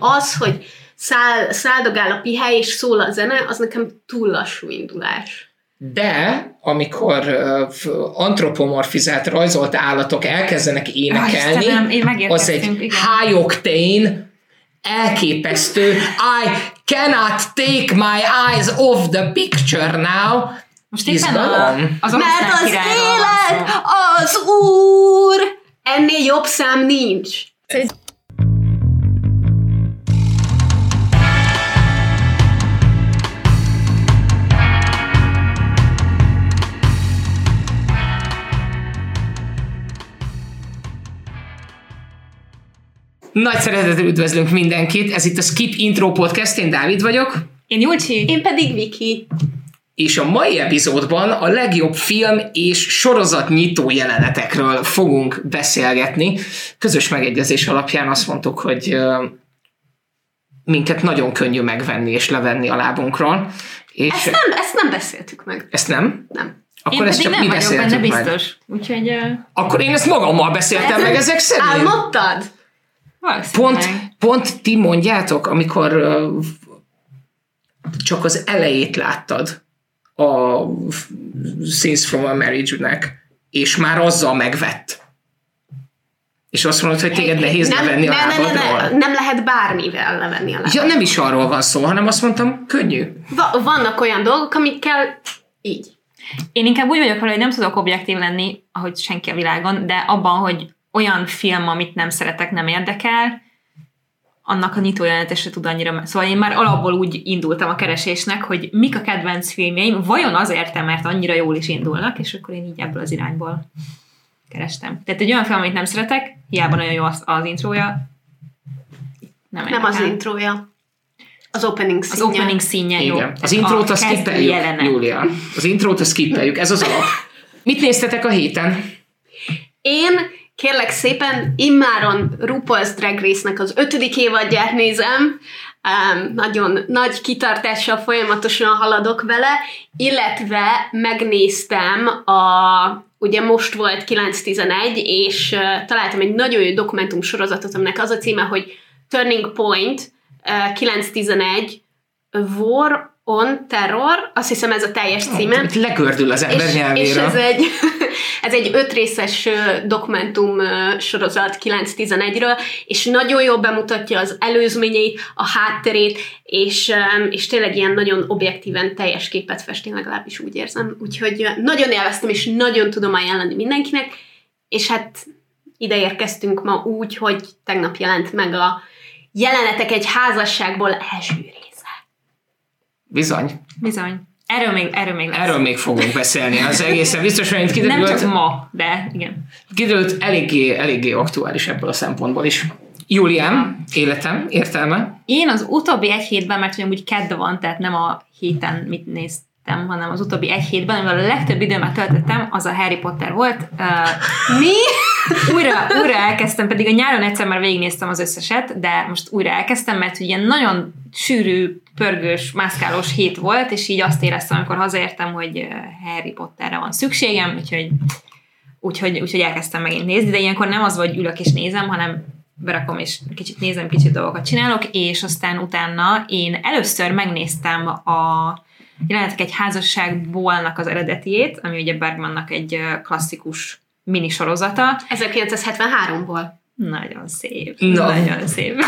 az, hogy száldogál a pihely és szól a zene, az nekem túl lassú indulás. De amikor antropomorfizált, rajzolt állatok elkezdenek énekelni, az egy high octane, elképesztő, I cannot take my eyes off the picture now. Most éppen mert az élet az Úr! Ennél jobb szám nincs. Nagy szeretettel üdvözlünk mindenkit, ez itt a Skip Intro Podcast, én Dávid vagyok. Én Julcsi. Én pedig Viki. És a mai epizódban a legjobb film és sorozat nyitó jelenetekről fogunk beszélgetni. Közös megegyezés alapján azt mondtuk, hogy minket nagyon könnyű megvenni és levenni a lábunkról. És ezt nem beszéltük meg. Ezt nem? Nem. Akkor ezt csak mi beszéltük meg. Biztos. Úgyhogy, akkor én ezt magammal beszéltem meg ezek szerint. Álmodtad? Pont ti mondjátok, amikor csak az elejét láttad a Scenes from a Marriage-nek, és már azzal megvett. És azt mondod, hogy téged nehéz levenni a lábadról. Nem lehet bármivel levenni a lábadról. Ja, nem is arról van szó, hanem azt mondtam, könnyű. Vannak olyan dolgok, amikkel így. Én inkább úgy vagyok, hogy nem tudok objektív lenni, ahogy senki a világon, de abban, hogy olyan film, amit nem szeretek, nem érdekel, annak a nyitójelenetesre tud annyira... Szóval én már alapból úgy indultam a keresésnek, hogy mik a kedvenc filmjeim, vajon azért, mert annyira jól is indulnak, és akkor én így ebből az irányból kerestem. Tehát egy olyan film, amit nem szeretek, hiába nagyon jó az intrója, nem az intrója. Az opening színje. Az opening színje jó. Igen. Az intrót azt skippeljük, Júlia. Az intrót azt skippeljük, ez az alap. Mit néztetek a héten? Én kérlek szépen, immáron RuPaul's Drag Race-nek az 5. évadját nézem, nagyon nagy kitartással folyamatosan haladok vele, illetve megnéztem ugye most volt 9-11, és találtam egy nagyon jó dokumentumsorozatot, aminek az a címe, hogy Turning Point 9-11 War on Terror, azt hiszem ez a teljes címe. Legördül az ember nyelvére. És ez egy 5 részes dokumentum sorozat 9-11-ről, és nagyon jól bemutatja az előzményeit, a hátterét, és tényleg ilyen nagyon objektíven teljes képet fest, én legalábbis úgy érzem. Úgyhogy nagyon élveztem, és nagyon tudom ajánlani mindenkinek, és hát ide érkeztünk ma úgy, hogy tegnap jelent meg a Jelenetek egy házasságból első része. Bizony. Erről még fogunk beszélni. Az egészen biztos, hogy kiderült... Nem csak ma, de igen. Kiderült eléggé aktuális ebből a szempontból is. Júlián, életem, értelme? Én az utóbbi egy hétben, mert úgy kedd van, tehát nem a héten mit néztem, hanem az utóbbi egy hétben, amivel a legtöbb időmet töltöttem, az a Harry Potter volt. Mi? Újra elkezdtem, pedig a nyáron egyszer már végignéztem az összeset, de most újra elkezdtem, mert ugye nagyon sűrű, pörgős, mászkálós hét volt, és így azt éreztem, amikor hazaértem, hogy Harry Potterre van szükségem, úgyhogy elkezdtem megint nézni, de ilyenkor nem az, hogy ülök és nézem, hanem berakom és kicsit nézem, kicsit dolgokat csinálok, és aztán utána én először megnéztem a Jelenetek egy házasságból-nak az eredetiét, ami ugye Bergmannak egy klasszikus minisorozata. 1973-ból. Nagyon szép. Nagyon szép.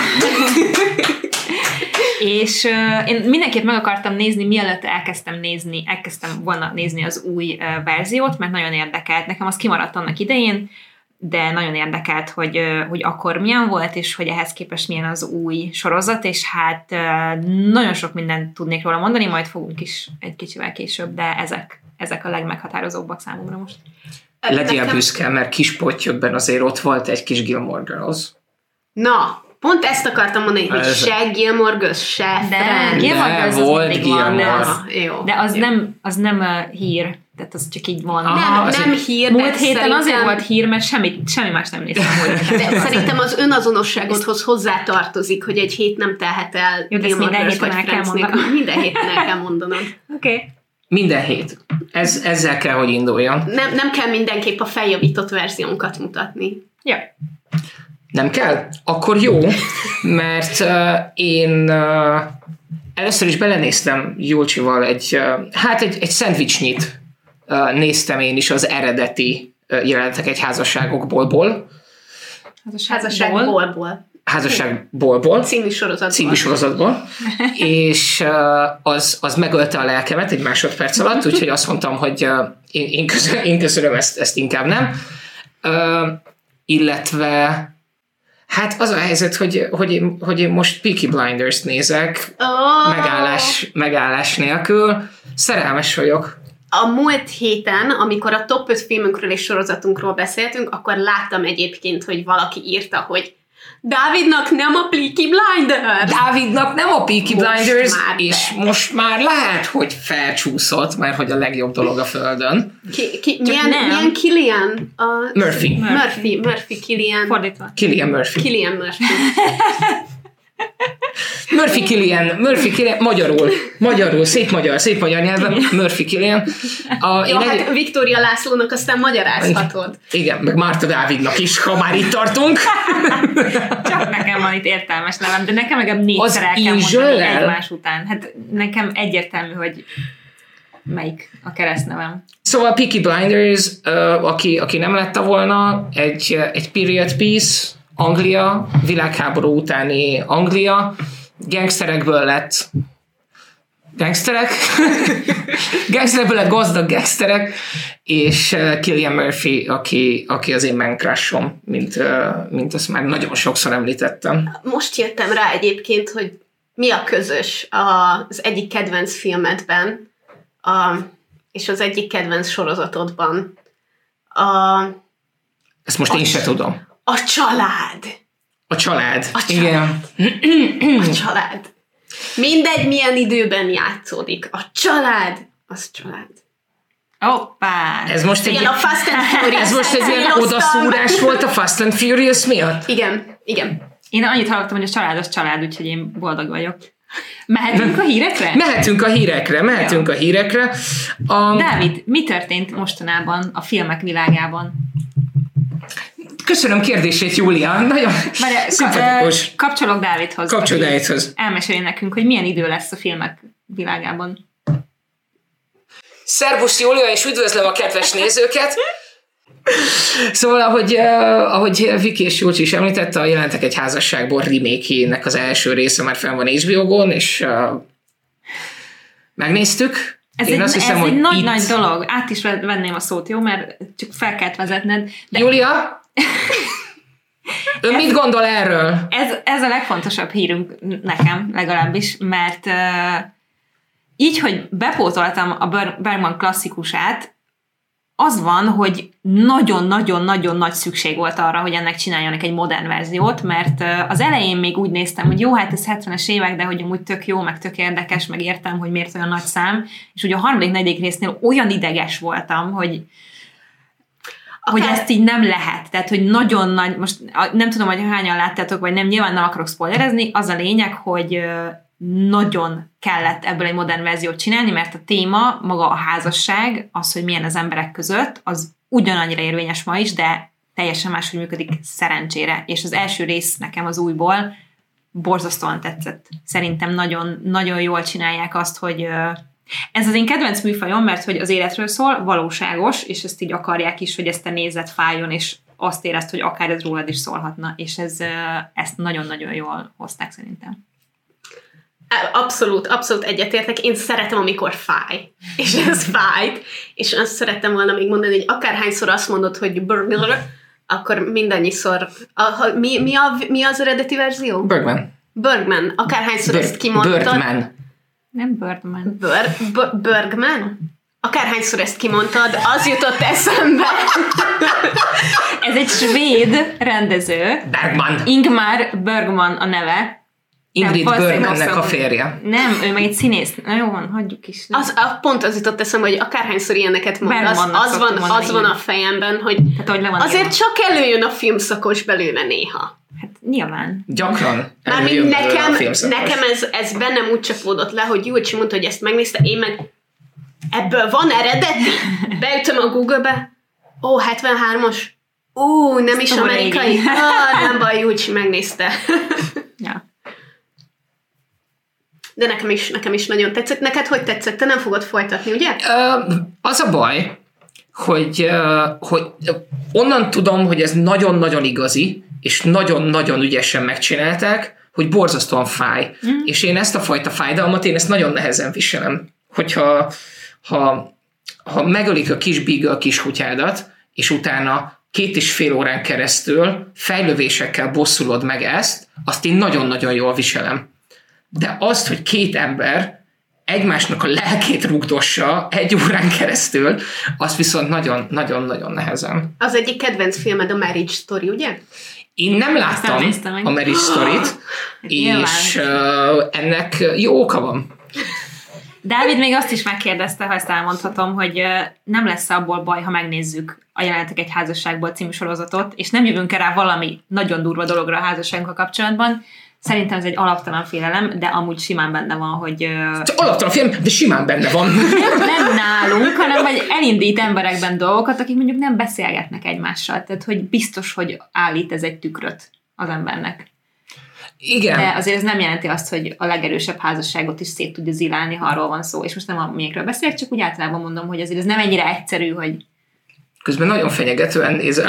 És én mindenképp meg akartam nézni, mielőtt elkezdtem volna nézni az új verziót, mert nagyon érdekelt. Nekem az kimaradt annak idején, de nagyon érdekelt, hogy akkor milyen volt, és hogy ehhez képest milyen az új sorozat, és hát nagyon sok mindent tudnék róla mondani, majd fogunk is egy kicsivel később, de ezek a legmeghatározóbbak számomra most. Legyél büszke, mert kis pottjökben azért ott volt egy kis Gilmore Girls. Na, pont ezt akartam mondani, hogy se Gilmore Girls, se Friends. Gilmore Girls volt Gilmore. De az nem hír, tehát az csak így van. Nem hír, múlt héten azért volt hír, mert semmi más nem néztem múlt héten. De szerintem az önazonosságodhoz hozzátartozik, hogy egy hét nem telhet el Gilmore Girls vagy Friendsnek. Minden héten el kell mondanod. Oké. Minden hét. Ezzel kell, hogy induljon. Nem kell mindenképp a feljavított verziónkat mutatni. Ja. Nem kell? Akkor jó, mert én először is belenéztem Julcsival egy szendvicsnyit néztem én is az eredeti Jelenetek egy házasságokból. Házasságból. Című sorozatból. És az megölte a lelkemet egy másodperc alatt, úgyhogy azt mondtam, hogy én köszönöm ezt inkább nem. Illetve hát az a helyzet, hogy én most Peaky Blinders nézek, megállás nélkül. Szerelmes vagyok. A múlt héten, amikor a top 5 filmünkről és sorozatunkról beszéltünk, akkor láttam egyébként, hogy valaki írta, hogy Dávidnak nem a Peaky Blinders, és most már lehet, hogy felcsúszott, mert hogy a legjobb dolog a földön. Milyen Cillian? Murphy Cillian. Fordítva. Cillian Murphy. Murphy Cillian, magyarul, szép magyar nyelven, Murphy Cillian. Hát Viktória Lászlónak aztán magyarázhatod. Igen, meg Márta Dávidnak is, ha már itt tartunk. Csak nekem van itt értelmes nevem, de nekem meg 4-szer el kell mondani egymás után. Hát nekem egyértelmű, hogy melyik a keresztnevem. Szóval Peaky Blinders, aki nem lette volna, egy period piece, Anglia, világháború utáni Anglia, gangsterekből lett gangsterekből lett gazdag gangsterek, és Cillian Murphy, aki az én man crushom, mint azt már nagyon sokszor említettem. Most jöttem rá egyébként, hogy mi a közös az egyik kedvenc filmedben, és az egyik kedvenc sorozatodban. Ezt most én se tudom. A család. Igen. A család. Mindegy, milyen időben játszódik. A család, az család. Hoppá! Ez most igen, a Fast and Furious. Ez most egy ilyen odaszúrás volt a Fast and Furious miatt? Igen. Én annyit hallottam, hogy a család az család, úgyhogy én boldog vagyok. Mehetünk a hírekre? Mehetünk a hírekre. Dávid, mi történt mostanában a filmek világában? Köszönöm kérdését, Júlia. Nagyon szimpatikus. Kapcsolok Dávidhoz. Elmesélj nekünk, hogy milyen idő lesz a filmek világában. Szervusz, Júlia, és üdvözlöm a kedves nézőket! Szóval, ahogy Viki és Júlcsi is említette, a Jelenetek egy házasságból remake-jének az első része már fenn van HBO-gon, és megnéztük. Ez egy nagy dolog. Át is venném a szót, jó? Mert csak fel kellett vezetned. De... Júlia? Ön mit gondol erről? Ez a legfontosabb hírünk nekem legalábbis, mert így, hogy bepótoltam a Bergman klasszikusát, az van, hogy nagyon-nagyon-nagyon nagy szükség volt arra, hogy ennek csináljanak egy modern verziót, mert az elején még úgy néztem, hogy jó, hát ez 70-es évek, de hogy amúgy tök jó, meg tök érdekes, meg értem, hogy miért olyan nagy szám, és ugye a 3.-4. résznél olyan ideges voltam, hogy ezt így nem lehet. Tehát, hogy nagyon nagy, most nem tudom, hogy hányan láttátok, vagy nem, nyilván nem akarok spoilerezni, az a lényeg, hogy nagyon kellett ebből egy modern verziót csinálni, mert a téma, maga a házasság, az, hogy milyen az emberek között, az ugyanannyira érvényes ma is, de teljesen máshogy működik szerencsére. És az első rész nekem az újból borzasztóan tetszett. Szerintem nagyon, nagyon jól csinálják azt, hogy ez az én kedvenc műfajom, mert hogy az életről szól, valóságos, és ezt így akarják is, hogy ezt a nézet fájjon, és azt érezd, hogy akár ez rólad is szólhatna, és ezt nagyon-nagyon jól hozták szerintem. Abszolút egyetértek. Én szeretem, amikor fáj. És ez fájt. És azt szerettem volna még mondani, hogy akárhányszor azt mondod, hogy burger, akkor mindannyiszor... Mi az eredeti verzió? Bergman. Akárhányszor ezt kimondtad... Nem Birdman. Bergman? Akárhányszor ezt kimondtad, az jutott eszembe. Ez egy svéd rendező. Bergman. Ingmar Bergman a neve. Ingrid Bergmannek a férje. Nem, ő meg egy színész. Na jó van, hagyjuk is. Pont az jutott eszembe, hogy akárhányszor ilyeneket mondasz, az van a fejemben, hogy hát, azért csak előjön a filmszakos belőle néha. Hát nyilván. Gyakran. Mármint nekem ez bennem úgy csapódott le, hogy Júlcsi mondta, hogy ezt megnézte, én meg ebből van eredeti? Beütöm a Google-be, 73-as, Nem is amerikai? Nem baj, Júcsi megnézte. Ja. De nekem is nagyon tetszett. Neked hogy tetszett? Te nem fogod folytatni, ugye? Az a baj, hogy onnan tudom, hogy ez nagyon-nagyon igazi, és nagyon-nagyon ügyesen megcsinálták, hogy borzasztóan fáj. És én ezt a fajta fájdalmat, én ezt nagyon nehezen viselem. Hogyha megölik a kis beagle kis kutyádat, és utána 2,5 órán keresztül fejlövésekkel bosszulod meg ezt, azt én nagyon-nagyon jól viselem. De azt, hogy 2 ember egymásnak a lelkét rugdossa 1 órán keresztül, azt viszont nagyon-nagyon nehezen. Az egyik kedvenc filmed a Marriage Story, ugye? Én nem láttam a Marriage Story-t, és ennek jó oka van. Dávid még azt is megkérdezte, ha ezt elmondhatom, hogy nem lesz abból baj, ha megnézzük a Jelenetek egy házasságból című sorozatot, és nem jövünk rá valami nagyon durva dologra a házasságunkkal kapcsolatban. Szerintem ez egy alaptalan félelem, de amúgy simán benne van, hogy... Alaptalan félelem, de simán benne van. Nem nálunk, hanem hogy elindít emberekben dolgokat, akik mondjuk nem beszélgetnek egymással. Tehát, hogy biztos, hogy állít ez egy tükröt az embernek. Igen. De azért ez nem jelenti azt, hogy a legerősebb házasságot is szét tudja zilálni, ha arról van szó. És most nem a miénkről beszélek, csak úgy általában mondom, hogy azért ez nem ennyire egyszerű, hogy... Közben nagyon fenyegetően nézel.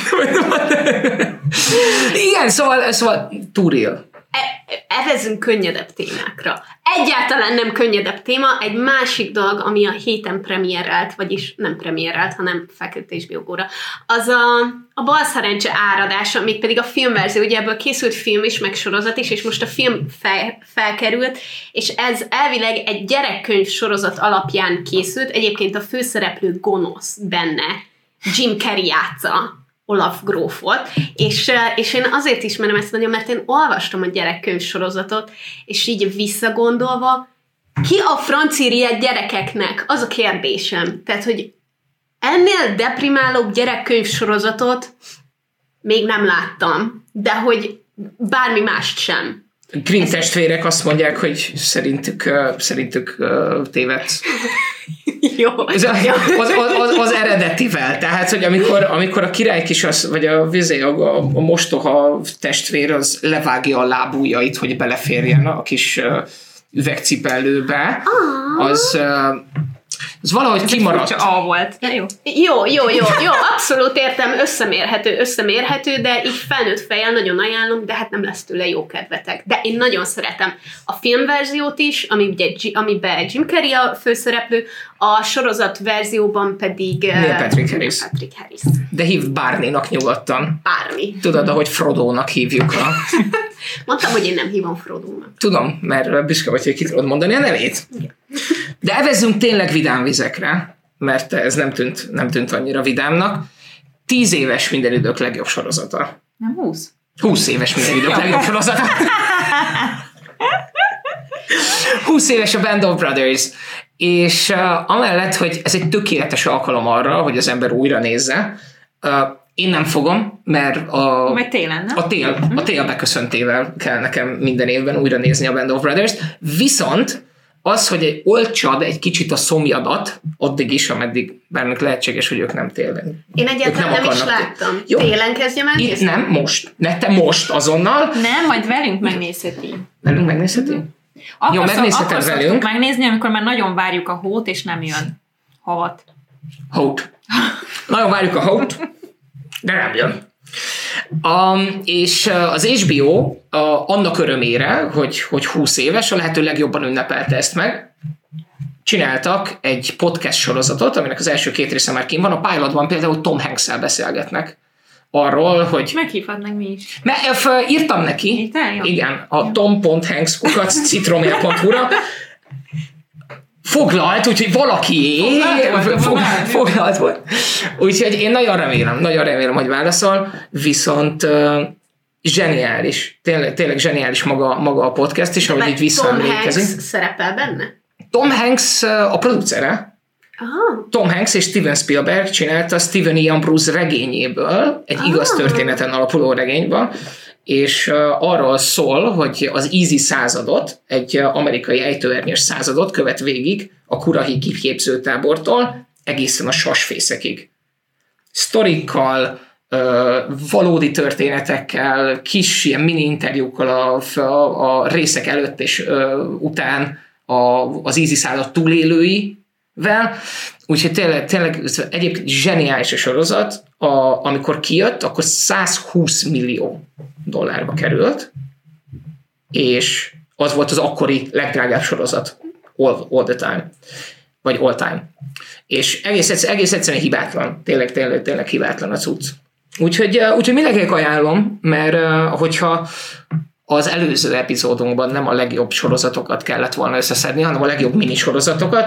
Igen, szóval too real. Evezünk könnyedebb témákra. Egyáltalán nem könnyedebb téma, egy másik dolog, ami a héten premierelt, vagyis nem premierelt, hanem Fekete és Biogóra, az a Balszerencse áradása, mégpedig a filmverzió, ugye ebből készült film is, meg sorozat is, és most a film felkerült, és ez elvileg egy gyerekkönyv sorozat alapján készült, egyébként a főszereplő gonosz benne, Jim Carrey játsza Olaf grófot, és én azért ismerem ezt nagyon, mert én olvastam a gyerekkönyv sorozatot, és így visszagondolva, ki a franc írja gyerekeknek? Az a kérdésem. Tehát, hogy ennél deprimálóbb gyerekkönyv sorozatot még nem láttam, de hogy bármi mást sem. Green testvérek azt mondják, hogy szerintük tévedsz. Jó. Az eredetivel. Tehát, hogy amikor a király kis, vagy a mostoha testvér az levágja a lábujjait, hogy beleférjen a kis üvegcipellőbe, az valahogy kimaradt. Csak A volt. De jó. Jó, abszolút értem, összemérhető, de így felnőtt fejjel nagyon ajánlom, de hát nem lesz tőle jó kedvetek. De én nagyon szeretem a filmverziót is, amiben Jim Carrey a főszereplő, a sorozat verzióban pedig Neil Patrick Harris. De hívd Barney-nak nyugodtan. Bármi. Tudod, ahogy Frodo-nak hívjuk. Mondtam, hogy én nem hívom Frodo-nak. Tudom, mert büszke vagy, hogy ki tudod mondani a nevét. De evezzünk tényleg vidám vizekre, mert ez nem tűnt annyira vidámnak. 10 éves minden idők legjobb sorozata. Nem 20? 20 éves minden idők legjobb sorozata. 20 éves a Band of Brothers. És amellett, hogy ez egy tökéletes alkalom arra, hogy az ember újra nézze, én nem fogom, mert Majd télen, nem? A tél beköszöntével kell nekem minden évben újra nézni a Band of Brothers-t. Viszont az, hogy olcsad egy kicsit a szomjadat, addig is, ameddig bármilyen lehetséges, hogy ők nem télen. Én egyáltalán nem is láttam. Jó. Télen kezdjem el nézni? Nem, most. Te most azonnal. Nem, majd velünk megnézheti. Velünk megnézheti? Jó, megnézheted velünk. Megnézni, amikor már nagyon várjuk a hót, és nem jön. Hót. Nagyon várjuk a hót, de nem jön. És az HBO annak örömére, hogy 20 éves, a lehető legjobban ünnepelte ezt meg. Csináltak egy podcast sorozatot, aminek az első 2 része már kint van. A pilotban például Tom Hanks-szel beszélgetnek arról, hogy... Meghívhatnánk mi is. Írtam neki. Igen, a tom.hanks@citromel.hu-ra. Foglalt, úgyhogy valakié. Foglalt volt. Úgyhogy én nagyon remélem, hogy válaszol, viszont zseniális. Tényleg zseniális maga a podcast is, ahogy így visszaemlékezik. Tom Hanks szerepel benne? Tom Hanks a producere. Aha. Tom Hanks és Steven Spielberg csinálta Stephen E. Ambrose regényéből, egy igaz történeten alapuló regényből, és arról szól, hogy az Easy századot, egy amerikai ejtőernyős századot követ végig a Currahee kiképzőtábortól egészen a sasfészekig. Sztorikkal, valódi történetekkel, kis ilyen mini interjúkkal a részek előtt és után az ISIS állat túlélőivel. Úgyhogy tényleg egyébként zseniális a sorozat. Amikor kijött, akkor $120 millió került, és az volt az akkori legdrágább sorozat all the time, vagy all time. És egész egyszerűen hibátlan. Tényleg hibátlan a cucc. Úgyhogy mindenkinek ajánlom, mert hogyha az előző epizódunkban nem a legjobb sorozatokat kellett volna összeszedni, hanem a legjobb mini sorozatokat,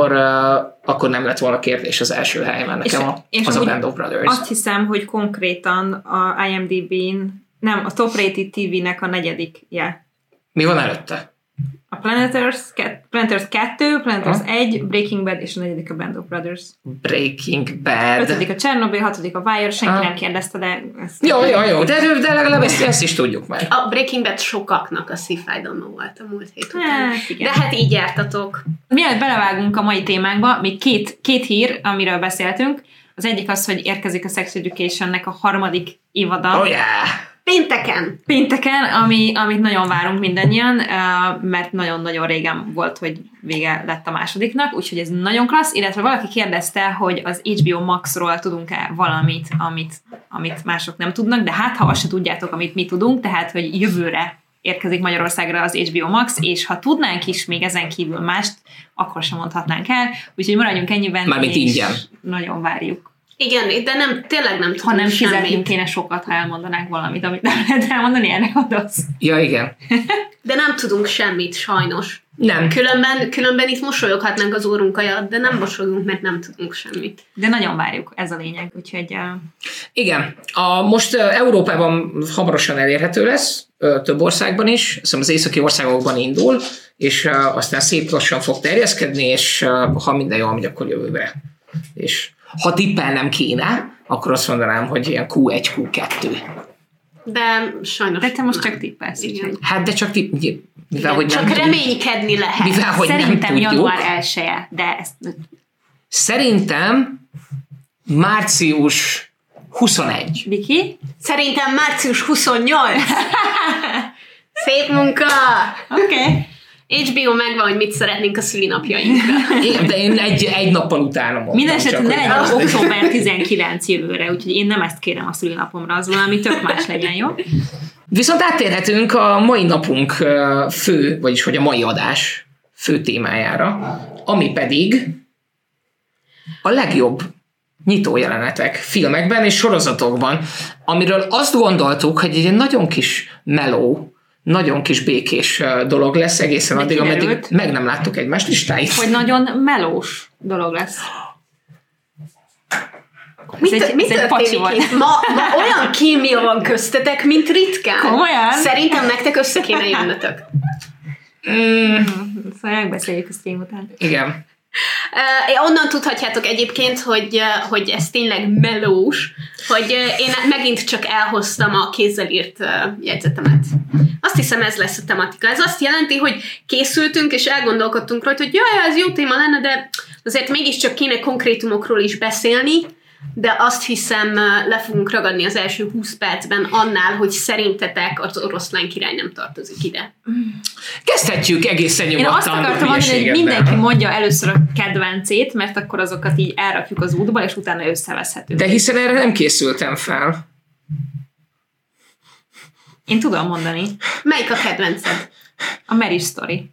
akkor nem lett volna kérdés az első helyen nekem az a Band of Brothers. Azt hiszem, hogy konkrétan a IMDb-n, nem, a Top Rated TV-nek a 4. Mi van előtte? A Planet Earth 2, Planet Earth 1, Breaking Bad, és a 4. a Band of Brothers. Breaking Bad. 5. a Chernobyl, 6. a Wire, senki nem kérdezte, de... Jó, de legalább ezt is tudjuk meg. A Breaking Bad sokaknak a If I Don't Know volt a múlt hét után. Igen. De hát így jártatok. Mielőtt belevágunk a mai témánkba, még két hír, amiről beszéltünk. Az egyik az, hogy érkezik a Sex Education-nek a 3. évada. Oh yeah! Pénteken, amit nagyon várunk mindannyian, mert nagyon-nagyon régen volt, hogy vége lett a másodiknak, úgyhogy ez nagyon klassz, illetve valaki kérdezte, hogy az HBO Max-ról tudunk-e valamit, amit mások nem tudnak, de hát ha azt se tudjátok, amit mi tudunk, tehát, hogy jövőre érkezik Magyarországra az HBO Max, és ha tudnánk is még ezen kívül mást, akkor sem mondhatnánk el, úgyhogy maradjunk ennyiben, mármint és ingyen. Nagyon várjuk. Igen, de tényleg nem tudunk Ha nem semmit. fizetnünk kéne sokat, ha elmondanánk valamit, amit nem lehet elmondani, ennek adsz. Ja, igen. De nem tudunk semmit, sajnos. Nem. Különben itt mosolyoghatnánk az órunk alatt, de nem mosolyogunk, mert nem tudunk semmit. De nagyon várjuk, ez a lényeg, úgyhogy... Igen. Most Európában hamarosan elérhető lesz, több országban is, szóval az északi országokban indul, és aztán szép lassan fog terjeszkedni, és ha minden jól megy, akkor jövőre. És ha tippelnem kéne, akkor azt mondanám, hogy ilyen Q1, Q2. De sajnos De te most nem. csak tippelsz. Igen. Hát de csak mivel, hogy csak nem reménykedni lehet. Mivel, hogy Szerintem nem tudjuk. január 1-e, de ezt... Szerintem március 21. Viki? Szerintem március 28. Szép munka! Oké. HBO megvan, hogy mit szeretnénk a szülinapjainkra. De én egy nappal utána mondtam. Mindenesetre csak, ne hogy- legyen október 19 jövőre, úgyhogy én nem ezt kérem a szülinapomra, az valami tök más legyen, jó? Viszont áttérhetünk a mai napunk vagyis hogy a mai adás fő témájára, ami pedig a legjobb nyitójelenetek filmekben és sorozatokban, amiről azt gondoltuk, hogy egy nagyon kis meló, nagyon kis békés dolog lesz egészen De addig, ameddig kiderült. meg nem láttuk egymást listáit. Hogy nagyon melós dolog lesz. Mi Ez egy pacsi történik volt. itt? Ma olyan kémia van köztetek, mint ritkán. Komolyan? Szerintem nektek össze kéne jönnötök. Szóval megbeszéljük ezt film után. Igen. Onnan tudhatjátok egyébként, hogy ez tényleg melós, hogy én megint csak elhoztam a kézzel írt jegyzetemet. Azt hiszem, ez lesz a tematika. Ez azt jelenti, hogy készültünk, és elgondolkodtunk rajta, hogy jaj, ez jó téma lenne, de azért mégiscsak kéne konkrétumokról is beszélni, de azt hiszem, le fogunk ragadni az első 20 percben annál, hogy szerintetek az Oroszlán király nem tartozik ide. Kezdhetjük egészen Én nyugodtan. azt akartam mondani, hogy mindenki mondja először a kedvencét, mert akkor azokat így elrakjuk az útba, és utána összeveszhetünk. De hiszen erre nem készültem fel. Én tudom mondani. Melyik a kedvenced? A Marriage Story.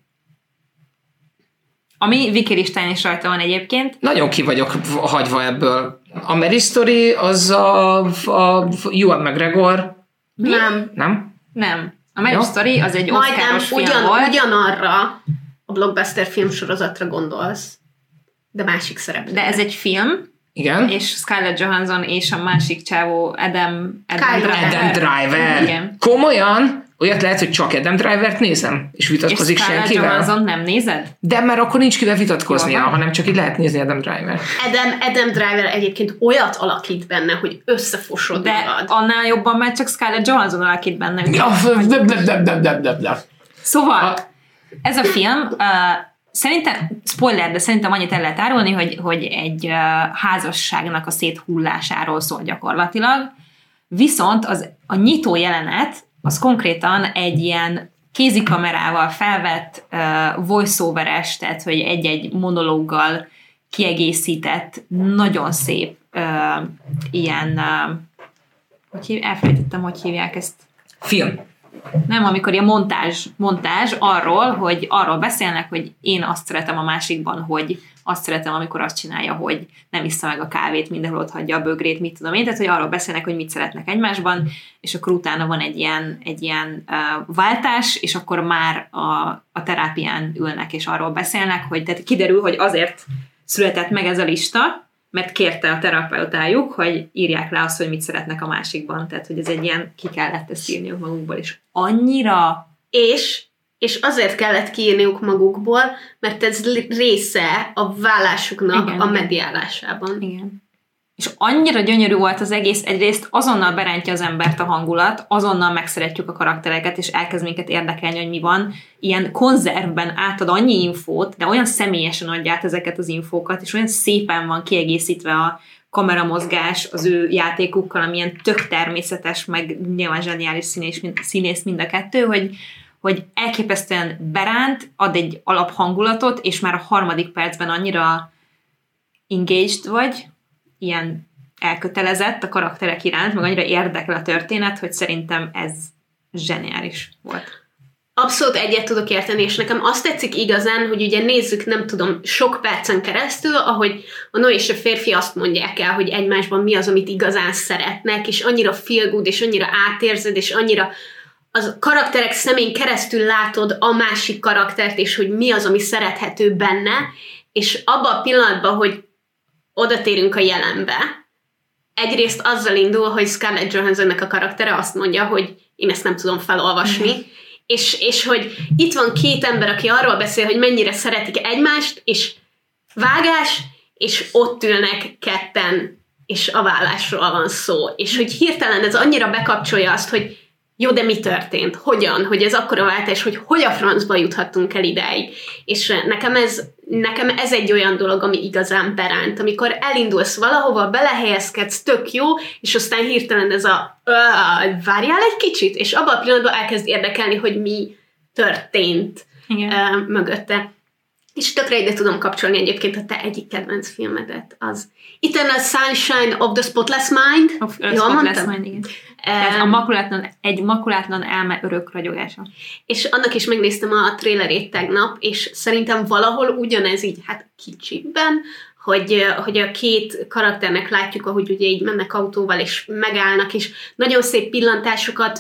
Ami Viki listán is rajta van egyébként. Nagyon ki vagyok hagyva ebből. A Mary Story az a Ewan McGregor. Nem. Nem? Nem. A Marriage Jó. Story az egy Majdnem oszkáros film volt. ugyanarra a blockbuster filmsorozatra gondolsz, de másik szereplő. De ez egy film, Igen. és Scarlett Johansson és a másik csávó Adam Adam Driver. Igen. Komolyan? Olyat lehet, hogy csak Adam Drivert nézem, és És vitatkozik Scarlett senkivel. Johansson nem nézed? De mert akkor nincs kivel vitatkoznia, Jó van. hanem csak így lehet nézni Adam Driver. Adam Driver egyébként olyat alakít benne, hogy összefosod De magad. annál jobban, mert csak Scarlett Johansson alakít benne. Szóval, ez a film, szerintem, spoiler, de szerintem annyit el lehet árulni, hogy egy házasságnak a széthullásáról szól gyakorlatilag. Viszont a nyitó jelenet, az konkrétan egy ilyen kézikamerával felvett voice-overes, tehát hogy egy-egy monológgal kiegészített, nagyon szép ilyen, elfelejtettem, hogy hívják ezt. Film. Nem, amikor ilyen montázs arról beszélnek, hogy én azt szeretem a másikban, hogy azt szeretem, amikor azt csinálja, hogy nem issza meg a kávét, mindenhol ott hagyja a bögrét, mit tudom én, tehát hogy arról beszélnek, hogy mit szeretnek egymásban, és akkor utána van egy ilyen váltás, és akkor már a terápián ülnek, és arról beszélnek, hogy tehát kiderül, hogy azért született meg ez a lista, mert kérte a terapeutájuk, hogy írják le azt, hogy mit szeretnek a másikban. Tehát, hogy ez egy ilyen, ki kellett ezt írniuk magukból is. Annyira... És azért kellett kiírniuk magukból, mert ez része a vállásuknak a mediálásában. Igen. És annyira gyönyörű volt az egész, egyrészt azonnal berántja az embert a hangulat, azonnal megszeretjük a karaktereket, és elkezd minket érdekelni, hogy mi van. Ilyen konzervben átad annyi infót, de olyan személyesen adja át ezeket az infókat, és olyan szépen van kiegészítve a kameramozgás az ő játékukkal, amilyen tök természetes, meg nyilván zseniális színész mind a kettő, hogy elképesztően beránt, ad egy alaphangulatot, és már a 3. percben annyira engaged vagy, ilyen elkötelezett a karakterek iránt, meg annyira érdekel a történet, hogy szerintem ez zseniális volt. Abszolút egyet tudok érteni, és nekem azt tetszik igazán, hogy ugye nézzük, nem tudom, sok percen keresztül, ahogy a nő és a férfi azt mondják el, hogy egymásban mi az, amit igazán szeretnek, és annyira feel good, és annyira átérzed, és annyira az karakterek szemén keresztül látod a másik karaktert, és hogy mi az, ami szerethető benne, és abban a pillanatban, hogy oda térünk a jelenbe, egyrészt azzal indul, hogy Scarlett Johanssonnak a karaktere azt mondja, hogy én ezt nem tudom felolvasni, és hogy itt van 2 ember, aki arról beszél, hogy mennyire szeretik egymást, és vágás, és ott ülnek ketten, és a vállásról van szó. És hogy hirtelen ez annyira bekapcsolja azt, hogy jó, de mi történt? Hogyan? Hogy ez akkora váltás, hogy a francba juthattunk el idáig. És nekem ez egy olyan dolog, ami igazán beránt. Amikor elindulsz valahova, belehelyezkedsz, tök jó, és aztán hirtelen ez várjál egy kicsit, és abban a pillanatban elkezd érdekelni, hogy mi történt mögötte. És tökre ide tudom kapcsolni egyébként a te egyik kedvenc filmedet, az Eternal Sunshine of the Spotless Mind. Jól mondtam? Mind, igen. Tehát egy makulátlan elme örök ragyogása. És annak is megnéztem a trailerét tegnap, és szerintem valahol ugyanez így, hát kicsiben, hogy a 2 karakternek látjuk, ahogy ugye így mennek autóval, és megállnak, és nagyon szép pillantásokat,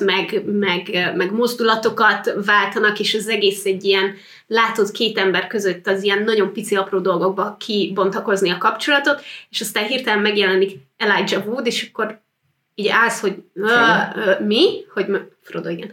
meg mozdulatokat váltanak, és az egész egy ilyen, látod 2 ember között az ilyen nagyon pici apró dolgokba kibontakozni a kapcsolatot, és aztán hirtelen megjelenik Elijah Wood, és akkor így állsz, hogy mi? Hogy Frodo, igen.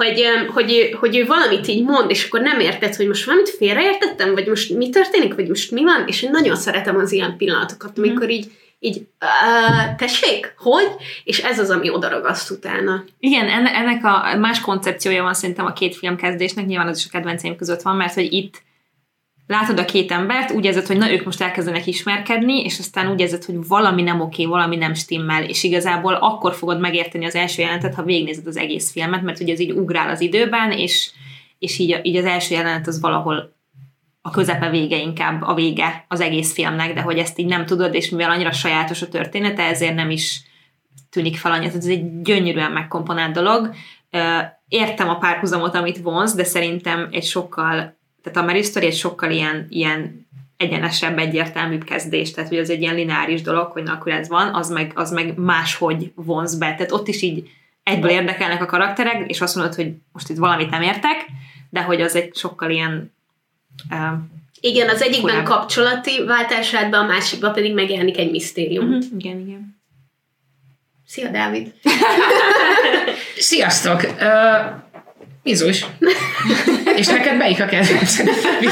Hogy ő valamit így mond, és akkor nem érted, hogy most valamit félreértettem, vagy most mi történik, vagy most mi van, és én nagyon szeretem az ilyen pillanatokat, amikor így tessék, hogy? És ez az, ami odaragaszt utána. Igen, ennek a más koncepciója van szerintem a 2 filmkezdésnek, nyilván az is a kedvenceim között van, mert hogy itt látod a 2 embert, úgy érzed, hogy na, ők most elkezdenek ismerkedni, és aztán úgy érzed, hogy valami nem oké, valami nem stimmel, és igazából akkor fogod megérteni az első jelenetet, ha végignézed az egész filmet, mert ugye ez így ugrál az időben, és így az első jelenet az valahol a közepe vége, inkább a vége az egész filmnek, de hogy ezt így nem tudod, és mivel annyira sajátos a története, ezért nem is tűnik fel annyit. Ez egy gyönyörűen megkomponált dolog. Értem a párhuzamot, amit vonz, de szerintem egy sokkal, tehát a Marriage Story egy sokkal ilyen egyenesebb, egyértelműbb kezdés, tehát hogy az egy ilyen lineáris dolog, hogy na, akkor ez van, az meg máshogy vonz be. Tehát ott is így egyből érdekelnek a karakterek, és azt mondod, hogy most itt valamit nem értek, de hogy az egy sokkal ilyen igen, az egyikben korábban kapcsolati váltásátban, a másikban pedig megjelenik egy misztérium. Igen. Szia, Dávid! Sziasztok! Mizus! És neked melyik a kedvenc?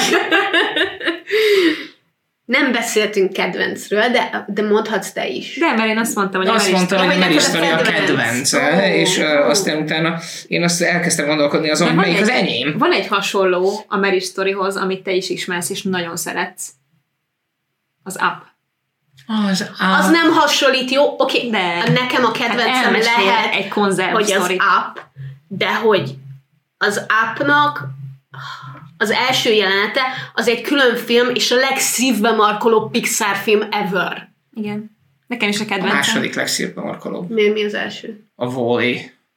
Nem beszéltünk kedvencről, de mondhatsz te is. De, mert én azt mondtam, hogy azt mondtam, hogy Marriage Story a kedvenc. És aztán utána én azt elkezdtem gondolkodni azon, hogy melyik az enyém. Van egy hasonló a Marriage Storyhoz, amit te is ismersz, és nagyon szeretsz. Az Up. Az nem hasonlít, jó? Oké, De. nekem a kedvencem lehet, egy konzerv hogy az sztorit. Up, de hogy az Up-nak az első jelenete az egy külön film, és a legszívbe markoló Pixar film ever. Igen. Nekem is a A kedvencem. második legszívben markoló. Mi az első? A Wall-E.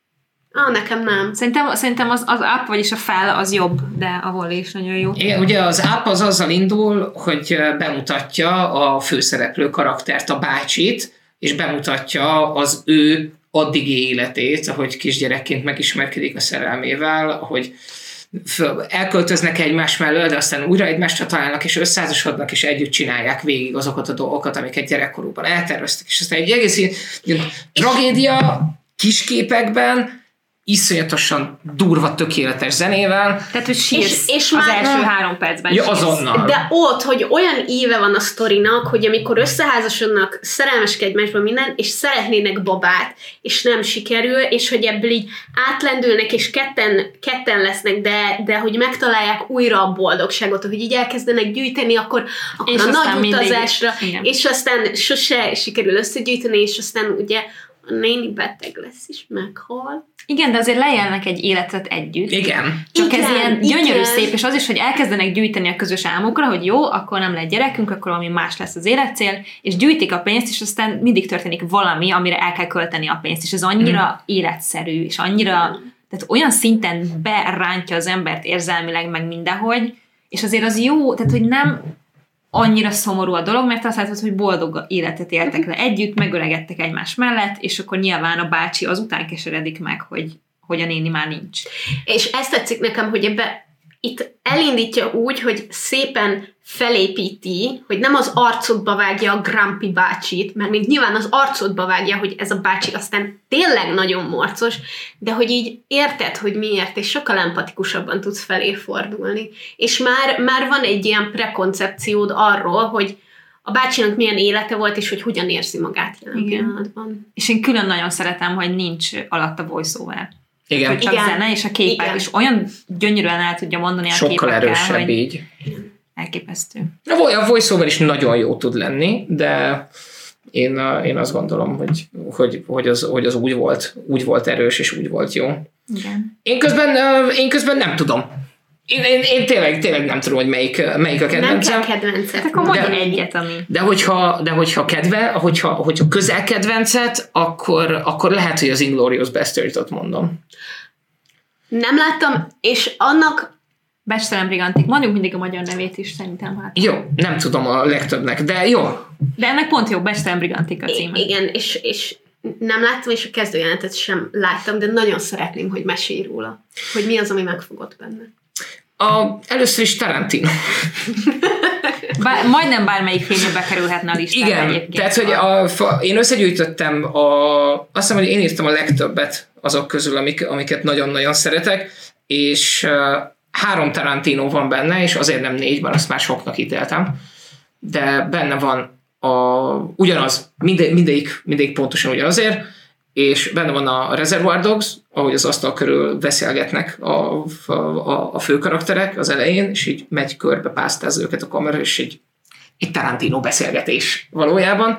Nekem nem. Szerintem az Up, vagyis a Fel az jobb, de a Wall-E is nagyon jó. Igen, ugye az Up az azzal indul, hogy bemutatja a főszereplő karaktert, a bácsit, és bemutatja az ő addigi életét, ahogy kisgyerekként megismerkedik a szerelmével, ahogy elköltöznek egymás mellől, de aztán újra egymásra találnak, és összeházasodnak, és együtt csinálják végig azokat a dolgokat, amiket gyerekkorukban elterveztek, és aztán egy egész ilyen tragédia kisképekben, iszonyatosan durva, tökéletes zenével. Tehát, hogy sírsz És az már- első 3 percben. Ja, sírsz. azonnal. De ott, hogy olyan íve van a sztorinak, hogy amikor összeházasodnak, szerelmesek egymásban minden, és szeretnének babát, és nem sikerül, és hogy ebből így átlendülnek, és ketten lesznek, de hogy megtalálják újra a boldogságot, hogy így elkezdenek gyűjteni, akkor És a aztán nagy mindig- utazásra, igen. és aztán sose sikerül összegyűjteni, és aztán ugye a néni beteg lesz, és meghal. Igen, de azért leélnek egy életet együtt. Igen. Csak Igen, ez ilyen gyönyörű igen. szép, és az is, hogy elkezdenek gyűjteni a közös álmokra, hogy jó, akkor nem lett gyerekünk, akkor valami más lesz az életcél, és gyűjtik a pénzt, és aztán mindig történik valami, amire el kell költeni a pénzt, és ez annyira életszerű, és annyira, tehát olyan szinten berántja az embert érzelmileg, meg mindenhogy, és azért az jó, tehát hogy nem annyira szomorú a dolog, mert azt látod, hogy boldog életet éltek le együtt, megöregedtek egymás mellett, és akkor nyilván a bácsi azután keseredik meg, hogy a néni már nincs. És ezt tetszik nekem, hogy itt elindítja úgy, hogy szépen felépíti, hogy nem az arcodba vágja a Grumpy bácsit, mert még nyilván az arcodba vágja, hogy ez a bácsi aztán tényleg nagyon morcos, de hogy így érted, hogy miért, és sokkal empatikusabban tudsz felé fordulni. És már van egy ilyen prekoncepciód arról, hogy a bácsinak milyen élete volt, és hogy hogyan érzi magát jelen pillanatban. És én külön nagyon szeretem, hogy nincs alatt a voice-over. Igen. Hogy csak Igen. zene, és a képek, Igen. és olyan gyönyörűen el tudja mondani a Sokkal képekkel, erősebb hogy így. elképesztő. A voice-over is nagyon jó tud lenni, de én azt gondolom, hogy az úgy volt erős, és úgy volt jó. Igen. Én közben nem tudom. Én tényleg nem tudom, hogy melyik a Nem kedvencem. kell kedvencet. Hát akkor mondj De- egyet, ami... De hogyha közel kedvencet, akkor lehet, hogy az Inglourious Basterds-ot mondom. Nem láttam, és annak Becstelen Brigantik. Mondjuk mindig a magyar nevét is, szerintem. Hát. Jó, nem tudom a legtöbbnek, de jó. De ennek pont jó, Becstelen Brigantik a címe. igen, és nem láttam, és a kezdőjelenetet sem láttam, de nagyon szeretném, hogy mesélj róla. Hogy mi az, ami megfogott benne. Először is Tarantino. Majdnem bármelyik filmbe bekerülhetne a listába Igen, egyébként. tehát hogy én összegyűjtöttem, azt hiszem, hogy én írtam a legtöbbet azok közül, amiket nagyon-nagyon szeretek, és 3 Tarantino van benne, és azért nem 4, mert azt már soknak ítéltem, de benne van ugyanaz, mindegyik pontosan ugyanazért, és benne van a Reservoir Dogs, ahogy az asztal körül beszélgetnek a főkarakterek az elején, és így megy körbe, pásztáz őket a kamera, és így egy Tarantino beszélgetés valójában.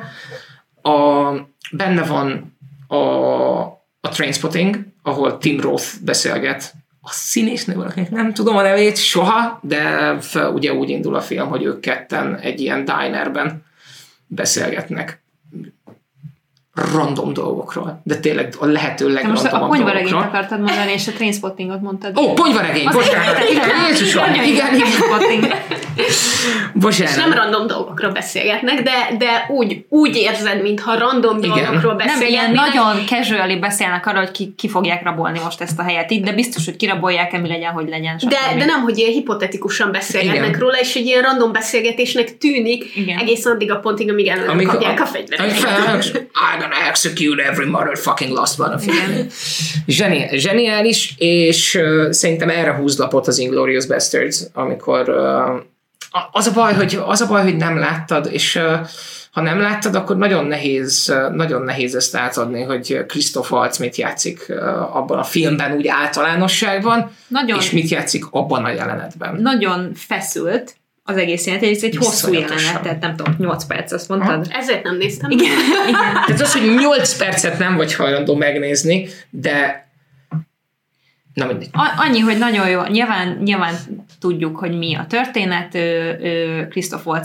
Benne van a Trainspotting, ahol Tim Roth beszélget a színésznővel, akinek nem tudom a nevét soha, de ugye úgy indul a film, hogy ők ketten egy ilyen dinerben beszélgetnek random dolgokról, de tényleg a lehető Te most a legrandomabb ponyvaregényt dolgokról. akartad mondani, és a Trainspottingot mondtad. Ponyvaregény, bocsánat! Igen, Jézusom! Igen. És Bocsánat. nem random dolgokról beszélgetnek, de úgy érzed, mintha random dolgokról Nem, ilyen beszélgetnek. nagyon casually beszélnek arra, hogy ki fogják rabolni most ezt a helyet itt, de biztos, hogy kirabolják-e, mi legyen, hogy legyen. De nem, hogy ilyen hipotetikusan beszélgetnek Igen. róla, és egy ilyen random beszélgetésnek tűnik Igen. egészen addig a pontig, amíg elő nem kapják a fegyvereket. I'm gonna execute every motherfucking last one of you. Zseniális, és szerintem erre húz lapot az Inglourious Basterds, amikor az a baj, hogy nem láttad, és ha nem láttad, akkor nagyon nehéz ezt átadni, hogy Christoph Waltz mit játszik abban a filmben úgy általánosságban, Nagyon- és mit játszik abban a jelenetben. Nagyon feszült az egész jelenet, ez egy hosszú Iszonyatosan. jelenet, tehát nem tudom, 8 perc, azt mondtad? Ezért nem néztem. Igen. Tehát az, hogy 8 percet nem vagy hajlandó megnézni, de na mindegy. Annyi, hogy nagyon jó. Nyilván tudjuk, hogy mi a történet. Christoph Waltz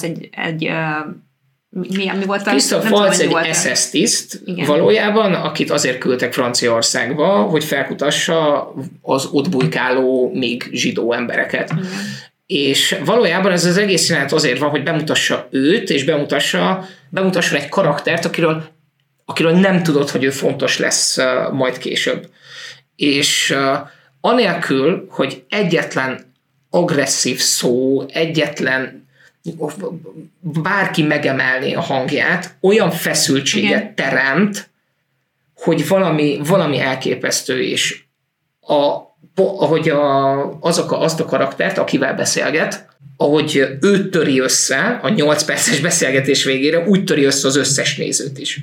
mi volt a... Christoph Waltz egy SS tiszt valójában, akit azért küldtek Franciaországba, hogy felkutassa az ott bujkáló még zsidó embereket. Igen. És valójában ez az egész jelenet azért van, hogy bemutassa őt, és bemutasson egy karaktert, akiről nem tudod, hogy ő fontos lesz majd később. És anélkül, hogy egyetlen agresszív szó, egyetlen bárki megemelné a hangját, olyan feszültséget teremt, hogy valami elképesztő, és ahogy azt a karaktert, akivel beszélget, ahogy ő töri össze a 8 perces beszélgetés végére, úgy töri össze az összes nézőt is.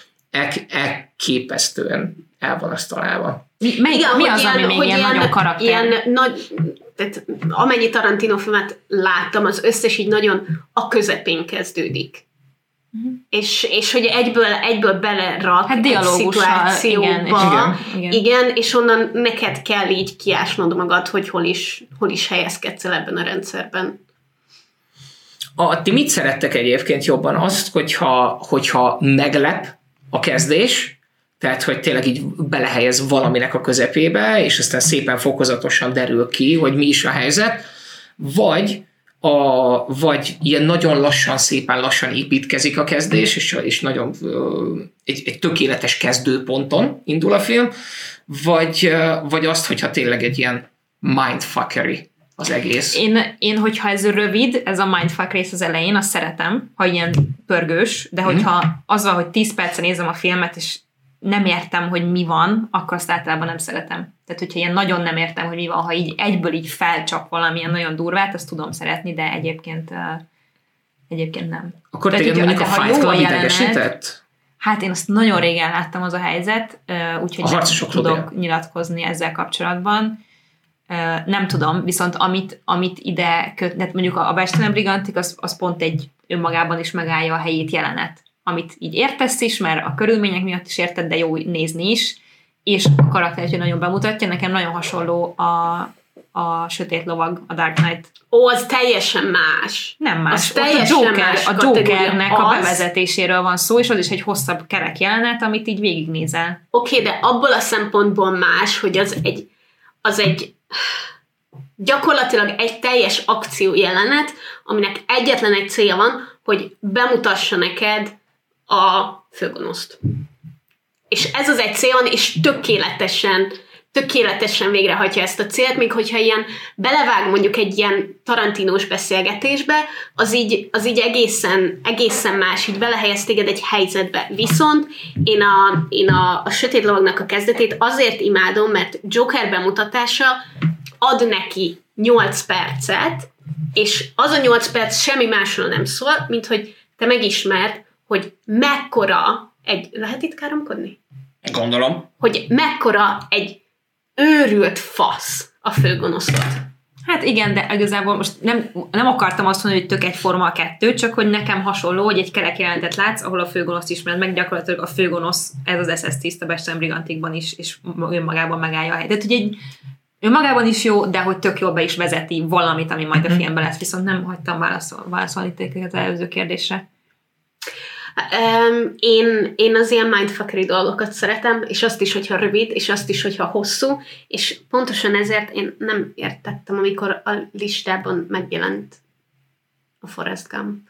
Elképesztően el van azt találva. Mi az, ami még ilyen nagyon karakter? Ilyen nagy, tehát amennyi Tarantino filmet láttam, az összes így nagyon a közepén kezdődik. És hogy egyből belerak egy szituációba. Igen, és onnan neked kell így kiásnod magad, hogy hol is helyezkedsz el ebben a rendszerben. Ti mit szerettek egyébként jobban? Azt, hogyha meglep a kezdés, tehát, hogy tényleg így belehelyez valaminek a közepébe, és aztán szépen fokozatosan derül ki, hogy mi is a helyzet, vagy ilyen nagyon lassan, szépen lassan építkezik a kezdés, és nagyon egy tökéletes kezdőponton indul a film, vagy azt, hogyha tényleg egy ilyen mindfuckery az egész. Én, hogyha ez rövid, ez a mindfuck rész az elején, azt szeretem, ha ilyen pörgős, de hogyha az van, hogy 10 percen nézem a filmet, és nem értem, hogy mi van, akkor azt általában nem szeretem. Tehát, hogyha ilyen nagyon nem értem, hogy mi van, ha így egyből így felcsap valamilyen nagyon durvát, azt tudom szeretni, de egyébként nem. Akkor téged mondjuk a Fight Club idegesített? Hát én azt nagyon régen láttam, az a helyzet, úgyhogy nem tudok nyilatkozni ezzel kapcsolatban. Nem tudom, viszont amit ide kötnet, mondjuk a Best Brigantic, az pont egy önmagában is megállja a helyét jelenet, amit így értesz is, mert a körülmények miatt is érted, de jó nézni is, és a karaktert nagyon bemutatja. Nekem nagyon hasonló a Sötét Lovag, a Dark Knight. Ó, az teljesen más. Nem más. A Jokernek a bevezetéséről van szó, és az is egy hosszabb kerek jelenet, amit így végignézel. Oké, de abból a szempontból más, hogy az egy gyakorlatilag egy teljes akció jelenet, aminek egyetlen egy célja van, hogy bemutassa neked a főgonoszt. És ez az egy cél van, és tökéletesen végrehajtja ezt a célt, még hogyha ilyen belevág mondjuk egy ilyen tarantinós beszélgetésbe, az így egészen más, így belehelyez téged egy helyzetbe. Viszont én a Sötét Lovagnak a kezdetét azért imádom, mert Joker bemutatása ad neki 8 percet, és az a 8 perc semmi másról nem szól, mint hogy te megismerd, hogy mekkora lehet itt káromkodni? Gondolom. Hogy mekkora egy őrült fasz a főgonoszot. Hát igen, de igazából most nem akartam azt mondani, hogy tök egyforma a kettő, csak hogy nekem hasonló, hogy egy kerek jelentet látsz, ahol a főgonoszt ismered meg, gyakorlatilag a főgonosz, ez az SS tiszt a Best Briganticban is, és önmagában megállja a helyet. Tehát, hogy önmagában is jó, de hogy tök jól be is vezeti valamit, ami majd a filmben lesz, viszont nem hagytam válaszolni az előző kérdésre. Én az ilyen mindfuckery dolgokat szeretem, és azt is, hogyha rövid, és azt is, hogyha hosszú, és pontosan ezért én nem értettem, amikor a listában megjelent a Forrest Gump.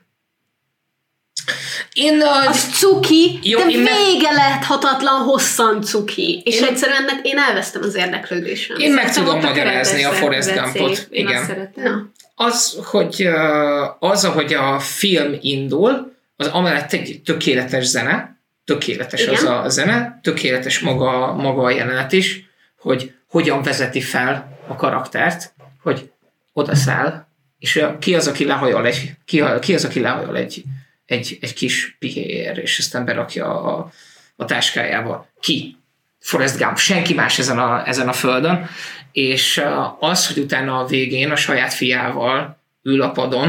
Az cuki, jó, de vége lehethatatlan hosszan cuki. És egyszerűen én elvesztem az érdeklődésem. Én meg tudom magyarázni a Forrest Gumpot. Igen. Az, ahogy a film indul, az amellett egy tökéletes zene, tökéletes igen. Az a zene, tökéletes maga a jelenet is, hogy hogyan vezeti fel a karaktert, hogy odaszáll, és ki az, aki lehajol egy kis pihér, és aztán berakja a táskájába. Ki? Forrest Gump. Senki más ezen a földön. És az, hogy utána a végén a saját fiával ül a padon,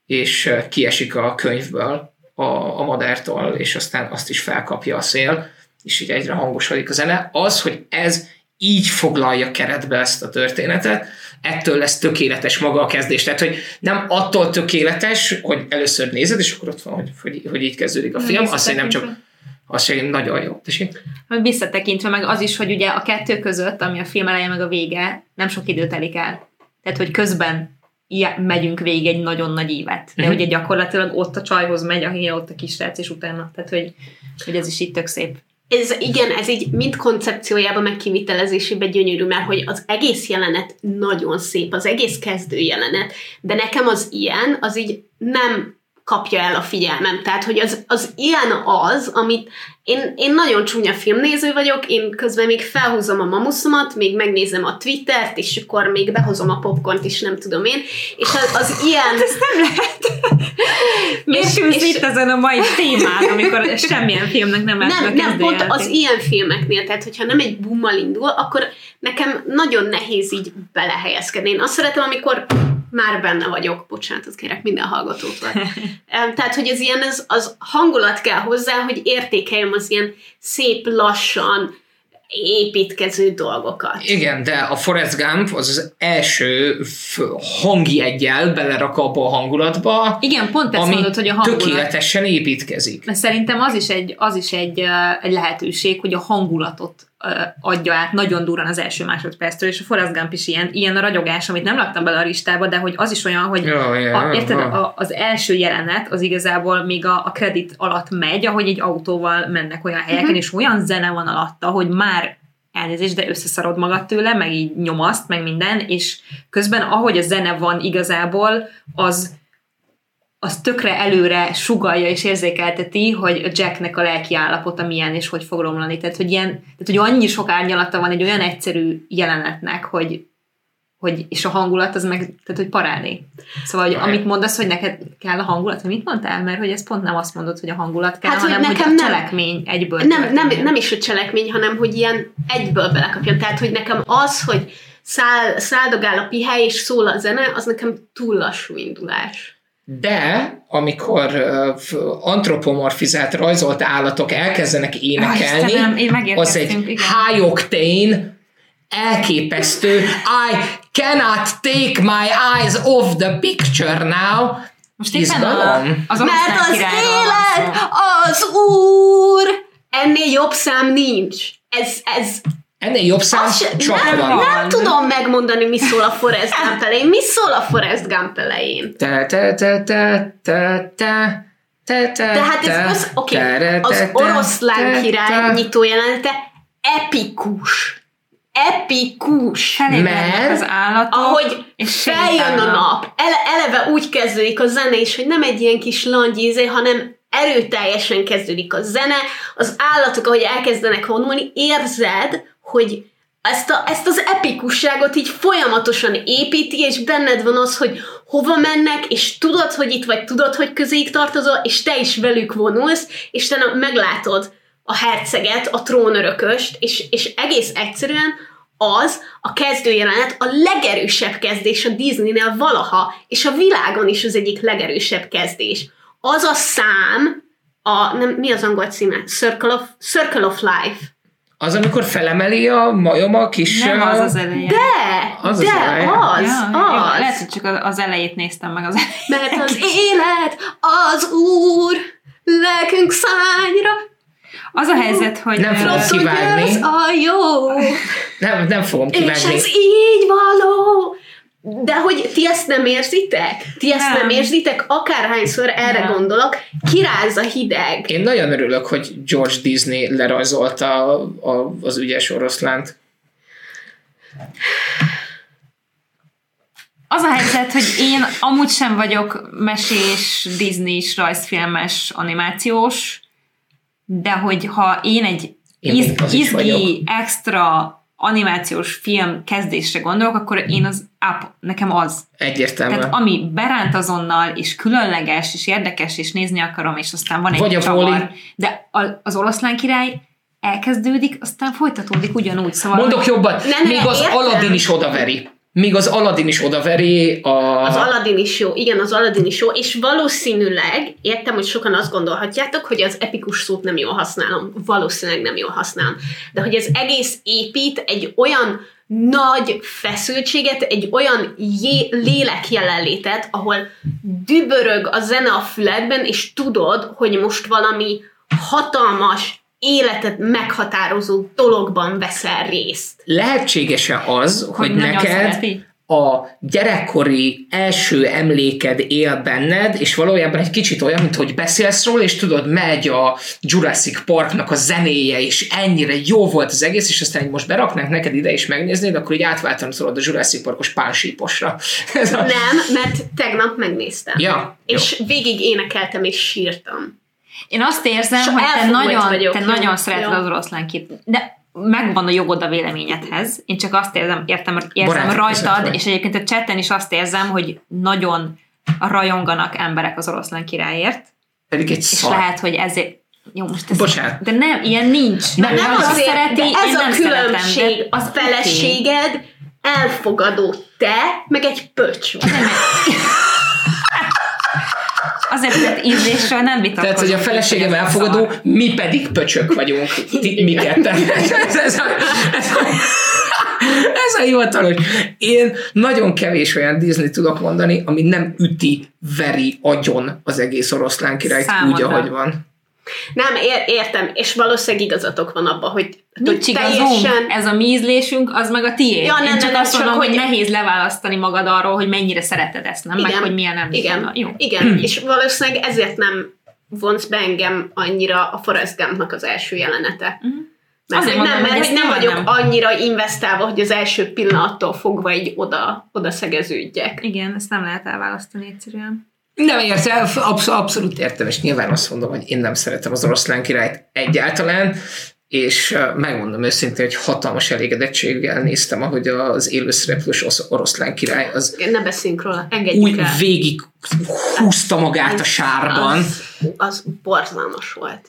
és kiesik a könyvből a madártól, és aztán azt is felkapja a szél, és így egyre hangosodik a zene. Az, hogy ez így foglalja keretbe ezt a történetet, ettől lesz tökéletes maga a kezdés. Tehát, hogy nem attól tökéletes, hogy először nézed, és akkor ott van, hogy így kezdődik a film, azt nem csak az sem nagyon jó. Tessék? Visszatekintve meg az is, hogy ugye a kettő között, ami a film eleje meg a vége, nem sok idő telik el. Tehát, hogy közben megyünk végig egy nagyon nagy évet. De ugye gyakorlatilag ott a csajhoz megy, ahol ott a kisrác, és utána. Tehát, hogy ez is így tök szép. Ez így mind koncepciójában, meg kivitelezésében gyönyörű, mert hogy az egész jelenet nagyon szép, az egész kezdő jelenet, de nekem az ilyen, az így nem kapja el a figyelmem. Tehát, hogy az ilyen az, amit én nagyon csúnya filmnéző vagyok, én közben még felhúzom a mamuszomat, még megnézem a Twittert, és akkor még behozom a popcornt is, nem tudom én, és az ilyen... Ez nem lehet. Miért ülsz itt ezen a mai témán, amikor semmilyen filmnek nem lehet Nem, pont az ilyen filmeknél, tehát hogyha nem egy bummal indul, akkor nekem nagyon nehéz így belehelyezkedni. Én azt szeretem, amikor már benne vagyok, bocsánatot kérek minden hallgatótól. Tehát, hogy az ilyen, az hangulat kell hozzá, hogy értékeljem az ilyen szép, lassan építkező dolgokat. Igen, de a Forrest Gump az első hangjeggyel belerak abba a hangulatba, igen, pont ezt mondod, hogy a hangulat tökéletesen építkezik. Mert szerintem az is egy lehetőség, hogy a hangulatot adja át nagyon durran az első másodperctől, és a Forrest Gump is ilyen a ragyogás, amit nem laktam bele a listába, de hogy az is olyan, hogy érted, az első jelenet az igazából még a kredit alatt megy, ahogy egy autóval mennek olyan helyeken, és olyan zene van alatta, hogy már elnézést, de összeszarod magad tőle, meg így nyomaszt, meg minden, és közben ahogy a zene van igazából, az tökre előre sugallja és érzékelteti, hogy a Jacknek a lelki állapota milyen, és hogy fog romlani. Tehát, hogy annyi sok árnyalata van egy olyan egyszerű jelenetnek, hogy és a hangulat az meg, tehát, hogy parádé. Szóval, hogy amit mondasz, hogy neked kell a hangulat, hogy mit mondtál? Mert hogy ez pont nem azt mondod, hogy a hangulat kell, hanem hogy a cselekmény egyből. Nem is a cselekmény, hanem hogy ilyen egyből belekapjon. Tehát, hogy nekem az, hogy száldogál a pihely és szól a zene, az nekem túl lassú indulás. De amikor antropomorfizált, rajzolt állatok elkezdenek énekelni, az egy high octane, elképesztő, I cannot take my eyes off the picture now. Most éppen mert az élet az Úr! Ennél jobb szám nincs. Ez ennél jobb szám csak van. Nem tudom megmondani, mi szól a Forrest Gump elején. Mi szól a Forrest Gump elején? Tehát ez az oroszlán király nyitó jelenete epikus. Mert az állatok, ahogy feljön a nap, eleve úgy kezdődik a zene is, hogy nem egy ilyen kis langyízé, hanem erőteljesen kezdődik a zene, az állatok, ahogy elkezdenek vonulni, érzed, hogy ezt az epikusságot így folyamatosan építi, és benned van az, hogy hova mennek, és tudod, hogy itt vagy, tudod, hogy közéig tartozol, és te is velük vonulsz, és te meglátod a herceget, a trónörököst, és egész egyszerűen az a kezdőjelenet a legerősebb kezdés a Disneynél valaha, és a világon is az egyik legerősebb kezdés. Az a szám, mi az angol címe? Circle of Life. Az, amikor felemeli a majom a kis... Nem az az eleje. Az. Jó, lehet, hogy csak az elejét néztem meg az elejét. Mert az élet az Úr lelkünk szányra. Az a helyzet, hogy... Nem fogom kivágni. Ez a jó. Nem fogom kivágni. És ez így való. De hogy ti ezt nem érzitek? Nem érzitek? Akárhányszor erre gondolok, kiráz a hideg. Én nagyon örülök, hogy George Disney lerajzolta az ügyes oroszlánt. Az a helyzet, hogy én amúgy sem vagyok mesés, Disney-s, rajzfilmes, animációs, de hogyha én egy izgi, extra animációs film kezdésre gondolok, akkor én nekem az. Egyértelműen. Tehát ami beránt azonnal, és különleges, és érdekes, és nézni akarom, és aztán van egy csavar. De az Oroszlán király elkezdődik, aztán folytatódik ugyanúgy. Szóval mondok jobban, még az Aladdin is odaveri. Míg az Aladdin is odaveri Az Aladdin is jó, igen, az Aladdin is jó, és valószínűleg, értem, hogy sokan azt gondolhatjátok, hogy az epikus szót nem jól használom, valószínűleg nem jól használom, de hogy ez egész épít egy olyan nagy feszültséget, egy olyan lélekjelenlétet, ahol dübörög a zene a füledben, és tudod, hogy most valami hatalmas, életet meghatározó dologban veszel részt. Lehetséges-e az, hogy neked szereti? a gyerekkori első emléked él benned, és valójában egy kicsit olyan, mint hogy beszélsz róla, és tudod, megy a Jurassic Parknak a zenéje, és ennyire jó volt az egész, és aztán most beraknánk neked ide is megnéznéd, akkor így átváltanod tudod a Jurassic Parkos pánsíposra. Nem, mert tegnap megnéztem. Ja, és végig énekeltem, és sírtam. Én azt érzem, hogy te nagyon szereted az oroszlánkit, de megvan a jogod a véleményedhez. Én csak azt érzem rajtad, és egyébként a chatten is azt érzem, hogy nagyon rajonganak emberek az oroszlán királyért. Pedig egy és szar. lehet, hogy ezért... Jó, most Bocsánat. De nem, ilyen nincs. Nem azért, szereti, de ez a különbség. Szeretem, a feleséged elfogadó, te meg egy pöcs vagy. Azért, hogy ízlésről nem vitatkozunk. Tehát, hogy a feleségem elfogadó, mi pedig pöcsök vagyunk. Mi ketten. Ez a hivatalos. Én nagyon kevés olyan Disney tudok mondani, ami nem veri agyon az egész oroszlán királyt úgy, ahogy van. Nem, értem, és valószínűleg igazatok van abban, hogy nincs igazunk, ez a mi ízlésünk, az meg a tiéd. Ja, Én csak azt mondom, hogy nehéz leválasztani magad arról, hogy mennyire szereted ezt, nem? Igen, meg hogy milyen nem. Igen, jó. Igen. És valószínűleg ezért nem vonz be engem annyira a Forrest Gumpnak az első jelenete. Mert hogy nem vagyok annyira investálva, hogy az első pillanattól fogva így oda szegeződjek. Igen, ezt nem lehet elválasztani egyszerűen. Nem értem, abszolút értem, és nyilván azt mondom, hogy én nem szeretem az oroszlán királyt egyáltalán, és megmondom őszintén, hogy hatalmas elégedettséggel néztem, ahogy az élőszereplős oroszlán király az ne beszéljünk róla, engedjük úgy el. végig húzta magát a sárban. Az borzalmas volt.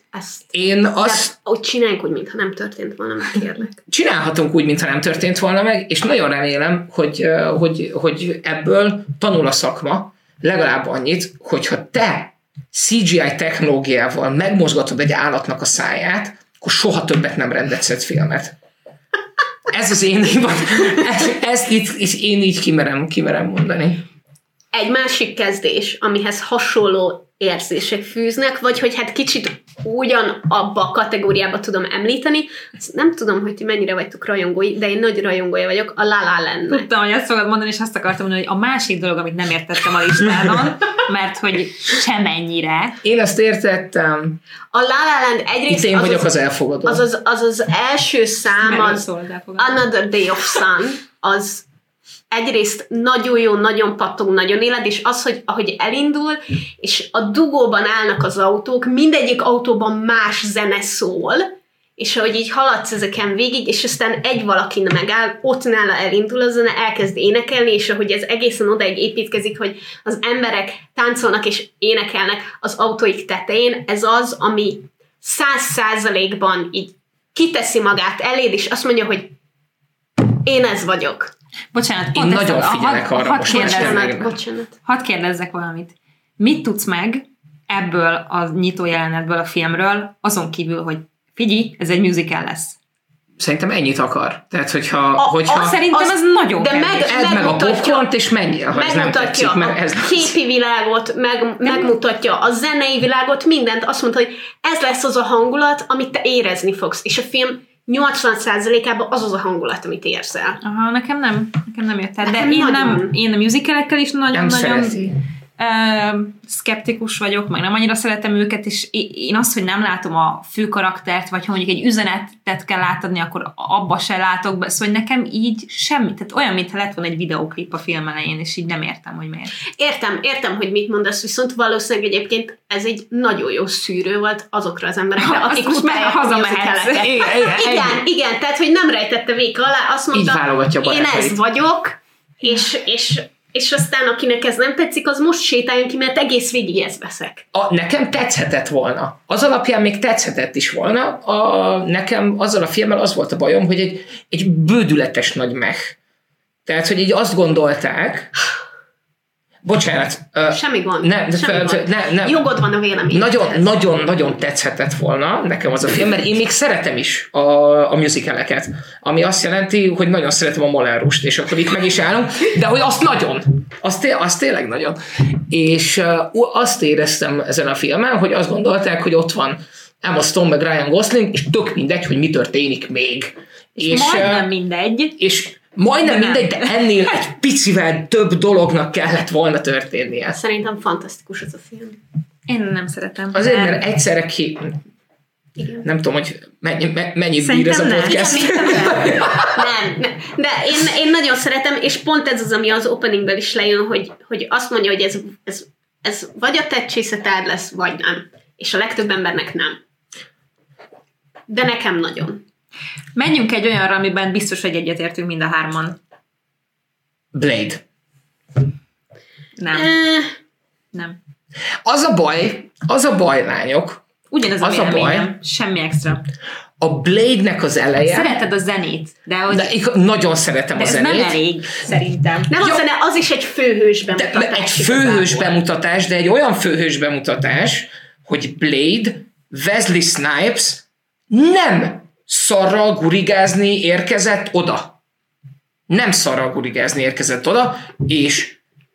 Úgy csináljunk úgy, mintha nem történt volna meg, kérlek. Csinálhatunk úgy, mintha nem történt volna meg, és nagyon remélem, hogy ebből tanul a szakma, legalább annyit, hogyha te CGI technológiával megmozgatod egy állatnak a száját, akkor soha többet nem rendezhetsz filmet. Ez az én ezt én így kimerem mondani. Egy másik kezdés, amihez hasonló érzések fűznek, vagy hogy hát kicsit ugyanabba a kategóriába tudom említeni, azt nem tudom, hogy ti mennyire vagytok rajongói, de én nagy rajongója vagyok a La La Landnek. Tudtam, hogy ezt fogod mondani, és azt akartam mondani, hogy a másik dolog, amit nem értettem a listádon, mert hogy semennyire. Én ezt értettem. A La La Land egyrészt... Itt én vagyok az elfogadó. Az első szám, az Another Day of Sun, az egyrészt nagyon jó, nagyon pattog, nagyon éled, és az, hogy ahogy elindul, és a dugóban állnak az autók, mindegyik autóban más zene szól, és ahogy így haladsz ezeken végig, és aztán egy valaki megáll, ott nála elindul a zene, elkezd énekelni, és ahogy ez egészen odaig építkezik, hogy az emberek táncolnak és énekelnek az autóik tetején, ez az, ami 100%-ban így kiteszi magát eléd, és azt mondja, hogy én ez vagyok. Bocsánat, én nagyon figyelek arra most. Bocsánat. Hadd kérdezzek valamit. Mit tudsz meg ebből a nyitó jelenetből a filmről, azon kívül, hogy figyelj, ez egy musical lesz? Szerintem ennyit akar. Tehát, hogyha szerintem az nagyon de edd meg a popcornt, és menj, ha ez nem tetszik. Mert a képi világot, megmutatja a zenei világot, mindent. Azt mondta, hogy ez lesz az a hangulat, amit te érezni fogsz. És a film 80%-ában az a hangulat, amit érzel. Aha, nekem nem jött el. De én a musicalekkel is nagyon szkeptikus vagyok, meg nem annyira szeretem őket, és én azt, hogy nem látom a fő karaktert, vagy ha mondjuk egy üzenetet kell átadni, akkor abba se látok be, szóval nekem így semmi, tehát olyan, mintha lett volna egy videóklip a film elején, és így nem értem, hogy miért. Értem, hogy mit mondasz, viszont valószínűleg egyébként ez egy nagyon jó szűrő volt azokra az emberekre, akik utálják a musicaleket. Igen, tehát, hogy nem rejtette véka alá, azt mondta, én ez vagyok, és aztán akinek ez nem tetszik, az most sétáljon ki, mert egész végig ezt veszek. Nekem tetszhetett volna. Az alapján még tetszhetett is volna. Nekem azzal a filmmel az volt a bajom, hogy egy bődületes nagy meh Tehát, hogy így azt gondolták, bocsánat. Semmi gond. Nem. Jogod van a véleményedhez. Nagyon tetszhetett volna nekem az a film, mert én még szeretem is a musicaleket, ami azt jelenti, hogy nagyon szeretem a Moulin Rouge-t, és akkor itt meg is állunk, de hogy azt nagyon, azt tényleg nagyon. És azt éreztem ezen a filmen, hogy azt gondolták, hogy ott van Emma Stone meg Ryan Gosling, és tök mindegy, hogy mi történik még. És majdnem mindegy. És majdnem mindegy, de ennél egy picivel több dolognak kellett volna történnie. Szerintem fantasztikus ez a film. Én nem szeretem. Azért, mert egyszerre nem tudom, hogy mennyit bír ez a podcast. Nem. De én nagyon szeretem, és pont ez az, ami az openingből is lejön, hogy azt mondja, hogy ez vagy a te csészetád lesz, vagy nem. És a legtöbb embernek nem. De nekem nagyon. Menjünk egy olyanra, amiben biztos, hogy egyetértünk mind a hárman. Blade. Nem. Az a baj, lányok. Ugyanez a véleményem. Semmi extra. A Blade-nek az eleje... Szereted a zenét, de hogy... nagyon szeretem a zenét. De ez nem elég, szerintem. Nem az is egy főhős bemutatás. Egy főhős bemutatás, de egy olyan főhős bemutatás, hogy Blade, Wesley Snipes nem szarral gurigázni érkezett oda. Nem szarral gurigázni érkezett oda, és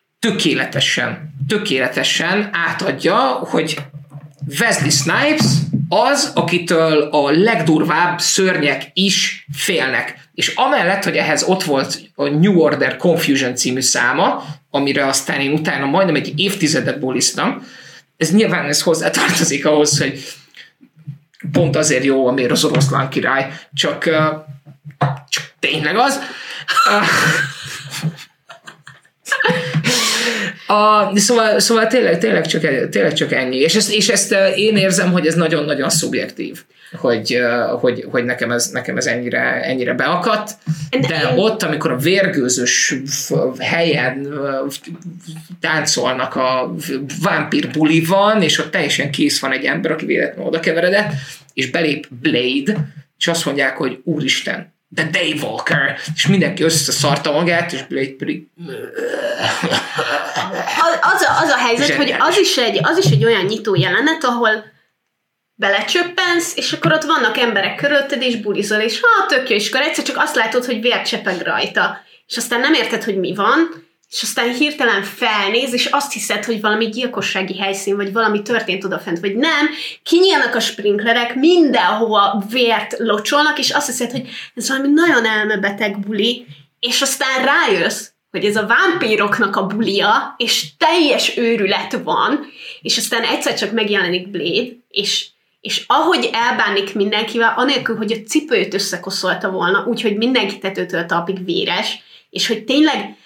tökéletesen átadja, hogy Wesley Snipes az, akitől a legdurvább szörnyek is félnek. És amellett, hogy ehhez ott volt a New Order Confusion című száma, amire aztán én utána majdnem egy évtizedet bulisztam, ez nyilván hozzátartozik ahhoz, hogy pont azért jó, amiért az Oroszlán király, csak tényleg az. Szóval tényleg csak ennyi. És ezt én érzem, hogy ez nagyon-nagyon szubjektív, hogy nekem ez ennyire beakadt, de ott, amikor a vérgőzős helyen táncolnak a vámpír buli van, és ott teljesen kész van egy ember, aki véletlenül oda keveredett, és belép Blade, és azt mondják, hogy úristen, The Daywalker, és mindenki összeszarta magát, és Blade pedig... Az a helyzet, hogy az is egy olyan nyitó jelenet, ahol belecsöppensz, és akkor ott vannak emberek körülötted, és bulizol, és tök jó, és akkor egyszer csak azt látod, hogy vér csepeg rajta, és aztán nem érted, hogy mi van, és aztán hirtelen felnéz, és azt hiszed, hogy valami gyilkossági helyszín, vagy valami történt odafent, vagy nem, kinyílnak a sprinklerek, mindenhova vért locsolnak, és azt hiszed, hogy ez valami nagyon elmebeteg buli, és aztán rájössz, hogy ez a vámpíroknak a bulia, és teljes őrület van, és aztán egyszer csak megjelenik Blade, és ahogy elbánik mindenkivel, anélkül, hogy a cipőjét összekoszolta volna, úgyhogy mindenki tetőtől talpig véres, és hogy tényleg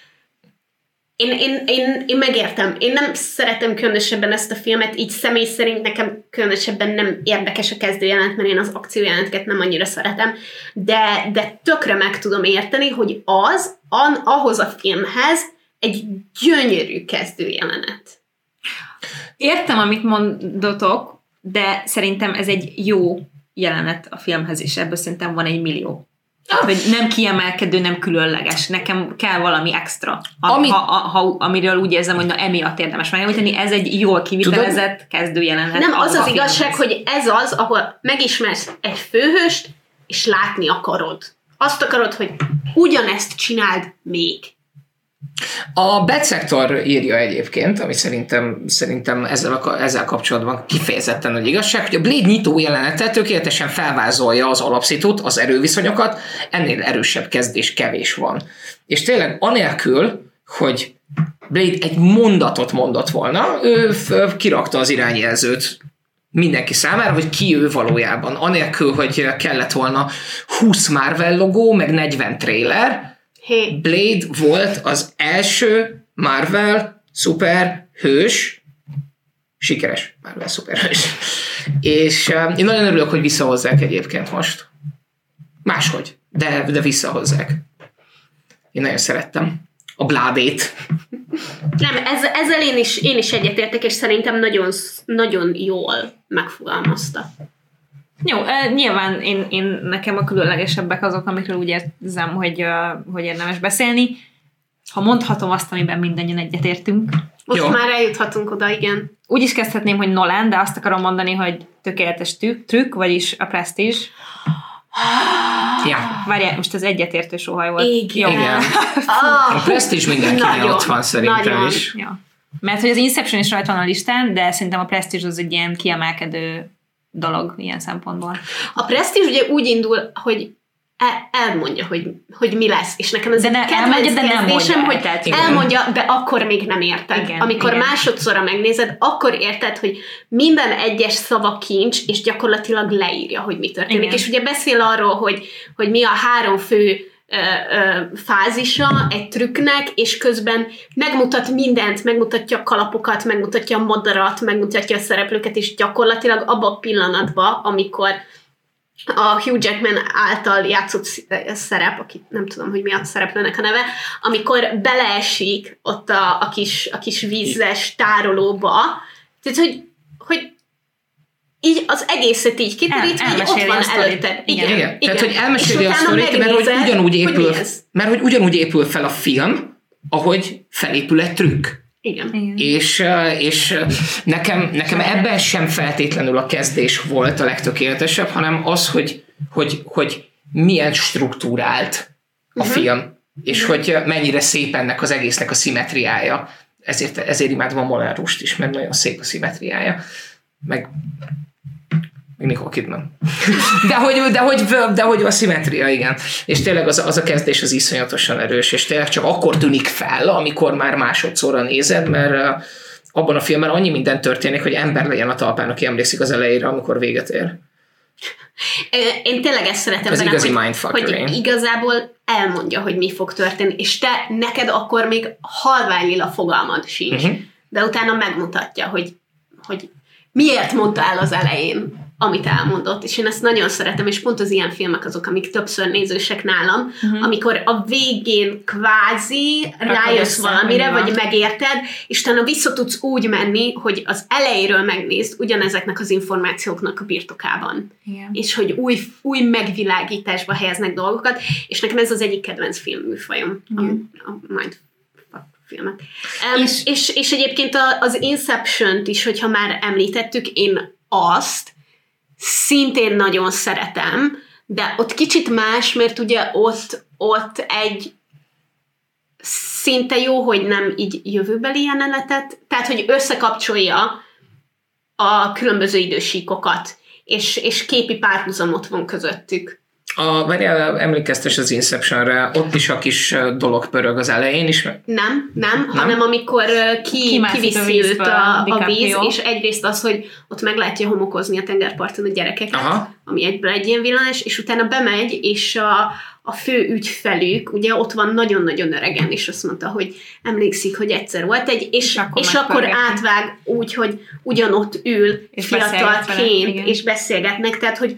én megértem. Én nem szeretem különösebben ezt a filmet, így személy szerint nekem különösebben nem érdekes a kezdőjelent, mert én az akciójelenteket nem annyira szeretem, de tökre meg tudom érteni, hogy ahhoz a filmhez egy gyönyörű kezdőjelenet. Értem, amit mondotok, de szerintem ez egy jó jelenet a filmhez, és ebből szerintem van 1 millió. Hogy nem kiemelkedő, nem különleges. Nekem kell valami extra. Amiről úgy érzem, hogy emiatt érdemes megemlíteni. Ez egy jól kivitelezett kezdőjelenet. Nem, az igazság, hogy ez az, ahol megismersz egy főhőst, és látni akarod. Azt akarod, hogy ugyanezt csináld még. A Bad Sector írja egyébként, ami szerintem ezzel kapcsolatban kifejezetten nagy igazság, hogy a Blade nyitó jelenete tökéletesen felvázolja az alapszitut, az erőviszonyokat, ennél erősebb kezdés kevés van. És tényleg anélkül, hogy Blade egy mondatot mondott volna, ő kirakta az irányjelzőt mindenki számára, hogy ki ő valójában. Anélkül, hogy kellett volna 20 Marvel logó, meg 40 trailer, Blade volt az első Marvel szuperhős, sikeres Marvel szuperhős. És én nagyon örülök, hogy visszahozzák egyébként most. Máshogy, de visszahozzák. Én nagyon szerettem a Blade-ét. Nem, ezzel én is egyetértek, és szerintem nagyon, nagyon jól megfogalmazta. Jó, nyilván nekem a különlegesebbek azok, amikről úgy érzem, hogy érdemes beszélni. ha mondhatom azt, amiben mindannyian egyetértünk. Most már eljuthatunk oda, igen. Úgy is kezdhetném, hogy Nolan, de azt akarom mondani, hogy tökéletes trükk, vagyis a Prestige. Ja. Várjál, most az egyetértő sóhaj volt. Igen. A Prestige mindenkinél ott van szerintem is. Ja. Mert hogy az Inception is rajta van a listán, de szerintem a Prestige az egy ilyen kiemelkedő dolog ilyen szempontból. A Prestige ugye úgy indul, hogy elmondja, hogy mi lesz, és nekem ez egy kedvenc kezdésem, hogy elmondja, de akkor még nem érted. Igen, amikor másodszorra megnézed, akkor érted, hogy minden egyes szava kincs, és gyakorlatilag leírja, hogy mi történik. Igen. És ugye beszél arról, hogy mi a 3 fő fázisa egy trükknek, és közben megmutat mindent, megmutatja a kalapokat, megmutatja a madarat, megmutatja a szereplőket, és gyakorlatilag abban a pillanatban, amikor a Hugh Jackman által játszott szerep, aki nem tudom, hogy mi a szereplőnek a neve, amikor beleesik ott a kis vízes tárolóba, tehát, hogy így az egészet így kiterít, hogy ott van előtte. Igen. Tehát, hogy elmeséli a sztorit, mert hogy ugyanúgy épül fel a film, ahogy felépül egy trükk. Igen. És nekem ebben sem feltétlenül a kezdés volt a legtökéletesebb, hanem az, hogy milyen struktúrált a film, és hogy mennyire szép ennek az egésznek a szimmetriája. Ezért imádom a Moulin Rouge-t is, mert nagyon szép a szimmetriája. Meg Nicole Kidman. De hogy a szimmetria, igen. És tényleg az a kezdés az iszonyatosan erős, és tényleg csak akkor tűnik fel, amikor már másodszorra nézed, mert abban a filmben annyi minden történik, hogy ember legyen a talpán, aki emlékszik az elejére, amikor véget ér. Én tényleg ezt szeretem benne, hogy igazából elmondja, hogy mi fog történni, és neked akkor még halványlila fogalmad sincs, de utána megmutatja, hogy miért mondta el az elején, amit elmondott, és én ezt nagyon szeretem, és pont az ilyen filmek azok, amik többször nézősek nálam, amikor a végén kvázi rájössz valamire, vagy megérted, és utána vissza tudsz úgy menni, hogy az elejéről megnézd ugyanezeknek az információknak a birtokában. Igen. És hogy új megvilágításba helyeznek dolgokat, és nekem ez az egyik kedvenc filmműfajom, a mindfuck filmek. És egyébként az Inception-t is, hogyha már említettük, én azt szintén nagyon szeretem, de ott kicsit más, mert ugye ott egy szinte jó, hogy nem így jövőbeli jelenetet, tehát, hogy összekapcsolja a különböző idősíkokat, és képi párhuzamot van közöttük. Emlékeztes az Inceptionre, ott is a kis dolog pörög az elején is. Nem, hanem amikor kiviszi őt a víz, és egyrészt az, hogy ott meg látja homokozni a tengerparton a gyerekeket, ami egyből egy ilyen villanás, és utána bemegy, és a fő ügyfelük, ugye ott van nagyon-nagyon öregen, és azt mondta, hogy emlékszik, hogy egyszer volt egy, és akkor átvág úgy, hogy ugyanott ül és fiatalként, és beszélgetnek, tehát, hogy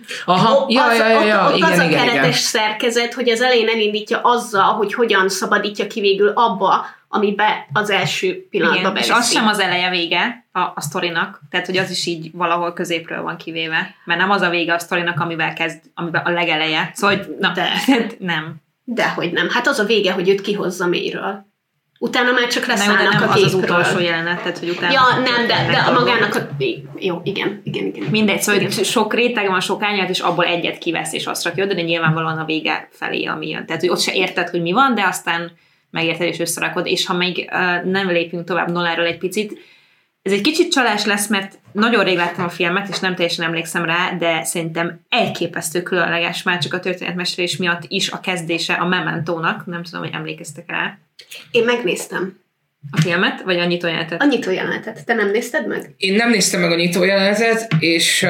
ott az a keretes szerkezet, hogy az elején elindítja azzal, hogy hogyan szabadítja ki végül abba, amiben az első pillanatban beviszi. És az sem az eleje vége a sztorinak, tehát hogy az is így valahol középről van kivéve, mert nem az a vége a sztorinak, amiben a legeleje. Szóval, nem. Dehogy nem. Hát az a vége, hogy őt kihozza mélyről. Utána már csak leszállnak a képről. Az utolsó jelenet, tehát hogy utána... Ja, nem, de magának a... Jó, igen. Mindegy, szóval igen. Sok réteg van, sok árnyalat, és abból egyet kivesz, és azt rakja, de nyilvánvalóan a vége felé, ami jön. Tehát, hogy ott se érted, hogy mi van, de aztán megérted és összerakod, és ha még nem lépünk tovább Nolanról egy picit, ez egy kicsit csalás lesz, mert nagyon rég láttam a filmet, és nem teljesen emlékszem rá, de szerintem elképesztő különleges, már csak a történetmesélés miatt is a kezdése a Mementónak, nem tudom, hogy emlékeztek rá. Én megnéztem. A filmet, vagy a nyitójelenetet? A nyitójelenetet. Te nem nézted meg? Én nem néztem meg a nyitójelenetet, és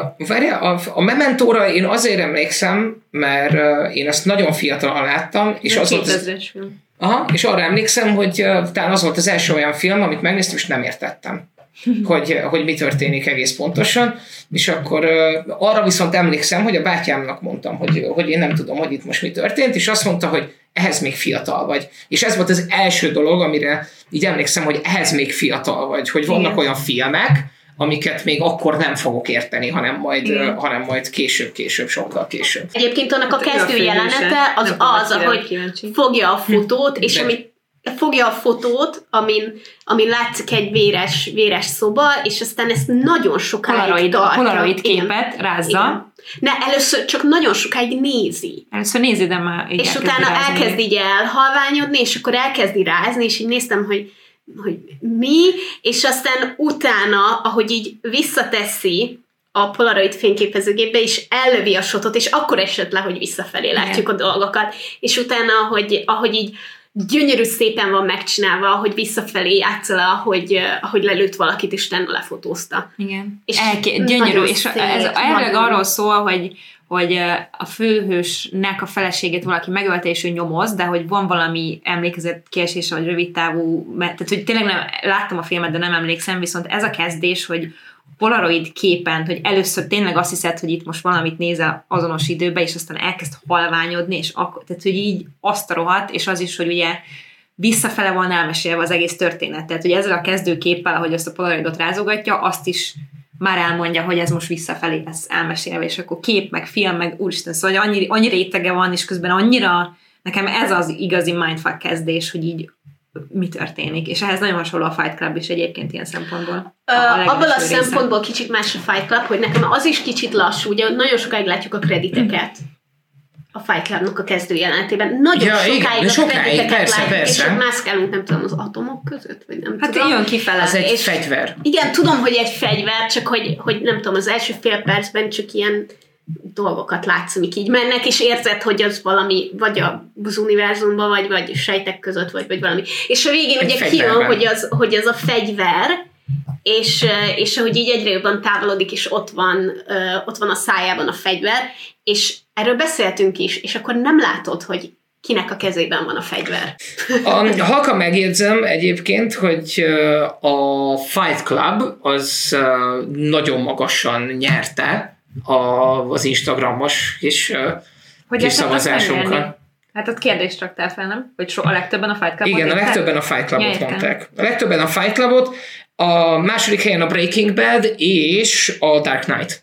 a Mementóra én azért emlékszem, mert én ezt nagyon fiatalon láttam, és az 2000-es film. És arra emlékszem, hogy talán az volt az első olyan film, amit megnéztem, és nem értettem, hogy mi történik egész pontosan, és akkor arra viszont emlékszem, hogy a bátyámnak mondtam, hogy én nem tudom, hogy itt most mi történt, és azt mondta, hogy ehhez még fiatal vagy. És ez volt az első dolog, amire így emlékszem, hogy ehhez még fiatal vagy, hogy vannak olyan filmek, amiket még akkor nem fogok érteni, hanem majd később, sokkal később. Egyébként annak a kezdő jelenete az, ahogy fogja a futót, és amit fogja a fotót, amin látszik egy véres szoba, és aztán ezt nagyon sokáig tartja. Polaroid képet rázza. Igen. Ne, először csak nagyon sokáig nézi. Először nézi, de már és utána elkezd így elhalványodni, és akkor elkezdi rázni, és így néztem, hogy mi, és aztán utána, ahogy így visszateszi a Polaroid fényképezőgépbe, és ellövi a shotot, és akkor esett le, hogy visszafelé látjuk a dolgokat. És utána, ahogy így gyönyörű szépen van megcsinálva, hogy visszafelé játszol, ahogy lelőtt valakit, és utána lefotózta. Igen. És gyönyörű, és ez elvileg arról szól, hogy a főhősnek a feleségét valaki megölte, és ő nyomoz, de hogy van valami emlékezetkiesés, vagy rövidtávú, tehát hogy tényleg nem láttam a filmet, de nem emlékszem, viszont ez a kezdés, hogy Polaroid képen, hogy először tényleg azt hiszed, hogy itt most valamit nézel azonos időben, és aztán elkezd halványodni, és akkor, tehát hogy így azt a rohadt, és az is, hogy ugye visszafele van elmesélve az egész történet. Tehát, hogy ezzel a kezdőképpel, ahogy azt a Polaroidot rázogatja, azt is már elmondja, hogy ez most visszafelé lesz elmesélve, és akkor kép, meg film, meg úristen, szóval annyi rétege van, és közben annyira, nekem ez az igazi mindfuck kezdés, hogy így mi történik, és ehhez nagyon hasonló a Fight Club is egyébként ilyen szempontból. Abban a szempontból kicsit más a Fight Club, hogy nekem az is kicsit lassú, ugye nagyon sokáig látjuk a krediteket a Fight Clubnak a kezdő jelenetében. Nagyon sokáig a krediteket látjuk, és mászkálunk, nem tudom, az atomok között, vagy nem tudom. Jön kifele. Az egy fegyver. Igen, tudom, hogy egy fegyver, csak hogy nem tudom, az első fél percben csak ilyen dolgokat látsz, amik így mennek, és érzed, hogy az valami, vagy az univerzumban, vagy sejtek között, vagy valami. És a végén egy ugye kijön, hogy az a fegyver, és ahogy így egyre jobban távolodik, és ott van a szájában a fegyver, és erről beszéltünk is, és akkor nem látod, hogy kinek a kezében van a fegyver. Halkan megjegyzem egyébként, hogy a Fight Club az nagyon magasan nyerte az Instagramos kis szavazásunkat. Hát ott kérdést raktál fel, nem? Hogy a legtöbben a Fight Clubot? Igen, a legtöbben a Fight Clubot mondták. A legtöbben a Fight Clubot, a második helyen a Breaking Bad és a Dark Knight.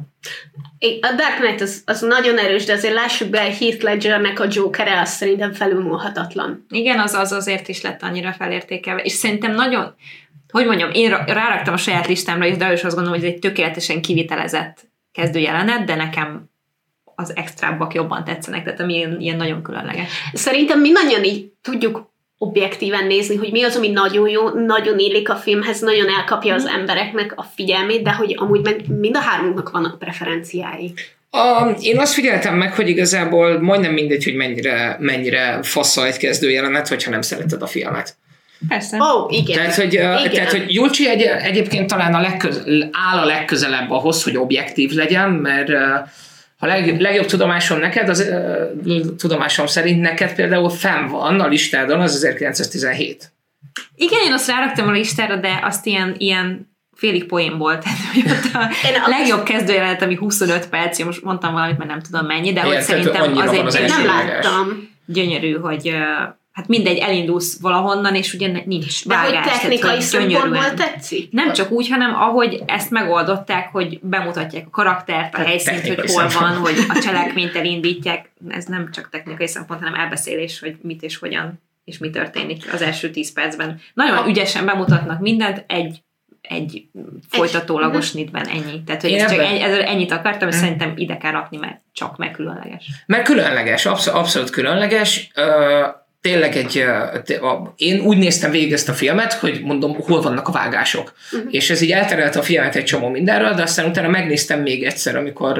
A Dark Knight az nagyon erős, de azért lássuk be, Heath Ledgernek a Jokere, az szerintem felülmúlhatatlan. Igen, az azért is lett annyira felértékelve, és szerintem nagyon, hogy mondjam, én ráraktam a saját listámra, és de is azt gondolom, hogy ez egy tökéletesen kivitelezett kezdőjelenet, de nekem az extrábbak jobban tetszenek, tehát ami ilyen nagyon különleges. Szerintem mindannyian így tudjuk objektíven nézni, hogy mi az, ami nagyon jó, nagyon illik a filmhez, nagyon elkapja az embereknek a figyelmét, de hogy amúgy meg mind a hármunknak vannak preferenciái. Én azt figyeltem meg, hogy igazából majdnem mindegy, hogy mennyire fassa egy kezdőjelenet, hogyha nem szereted a filmet. Persze. Igen. Tehát, hogy Julcsi egyébként talán áll a legközelebb ahhoz, hogy objektív legyen, mert a legjobb tudomásom neked, tudomásom szerint neked például fenn van a listádon az 1917. Igen, én azt ráraktam a listára, de azt ilyen félig poén volt. A legjobb kezdőjelenet, ami 25 perc, most mondtam valamit, mert nem tudom mennyi, de hogy szerintem azért nem láttam. Gyönyörű, hogy hát mindegy, elindulsz valahonnan, és ugye nincs vágás. De hogy technikai szempontból tetszik? Nem csak úgy, hanem ahogy ezt megoldották, hogy bemutatják a karaktert, a helyszínt, hogy hol van, hogy a cselekményt elindítják. Ez nem csak technikai szempont, hanem elbeszélés, hogy mit és hogyan, és mi történik az első 10 percben. Nagyon ügyesen bemutatnak mindent egy folytatólagos nitben, ennyi. Tehát, hogy csak ennyit akartam, és szerintem ide kell rakni, mert csak meg különleges. Mert különleges, abszolút különleges. Tényleg én úgy néztem végig ezt a filmet, hogy mondom, hol vannak a vágások. És ez így elterelte a filmet egy csomó mindenről, de aztán utána megnéztem még egyszer, amikor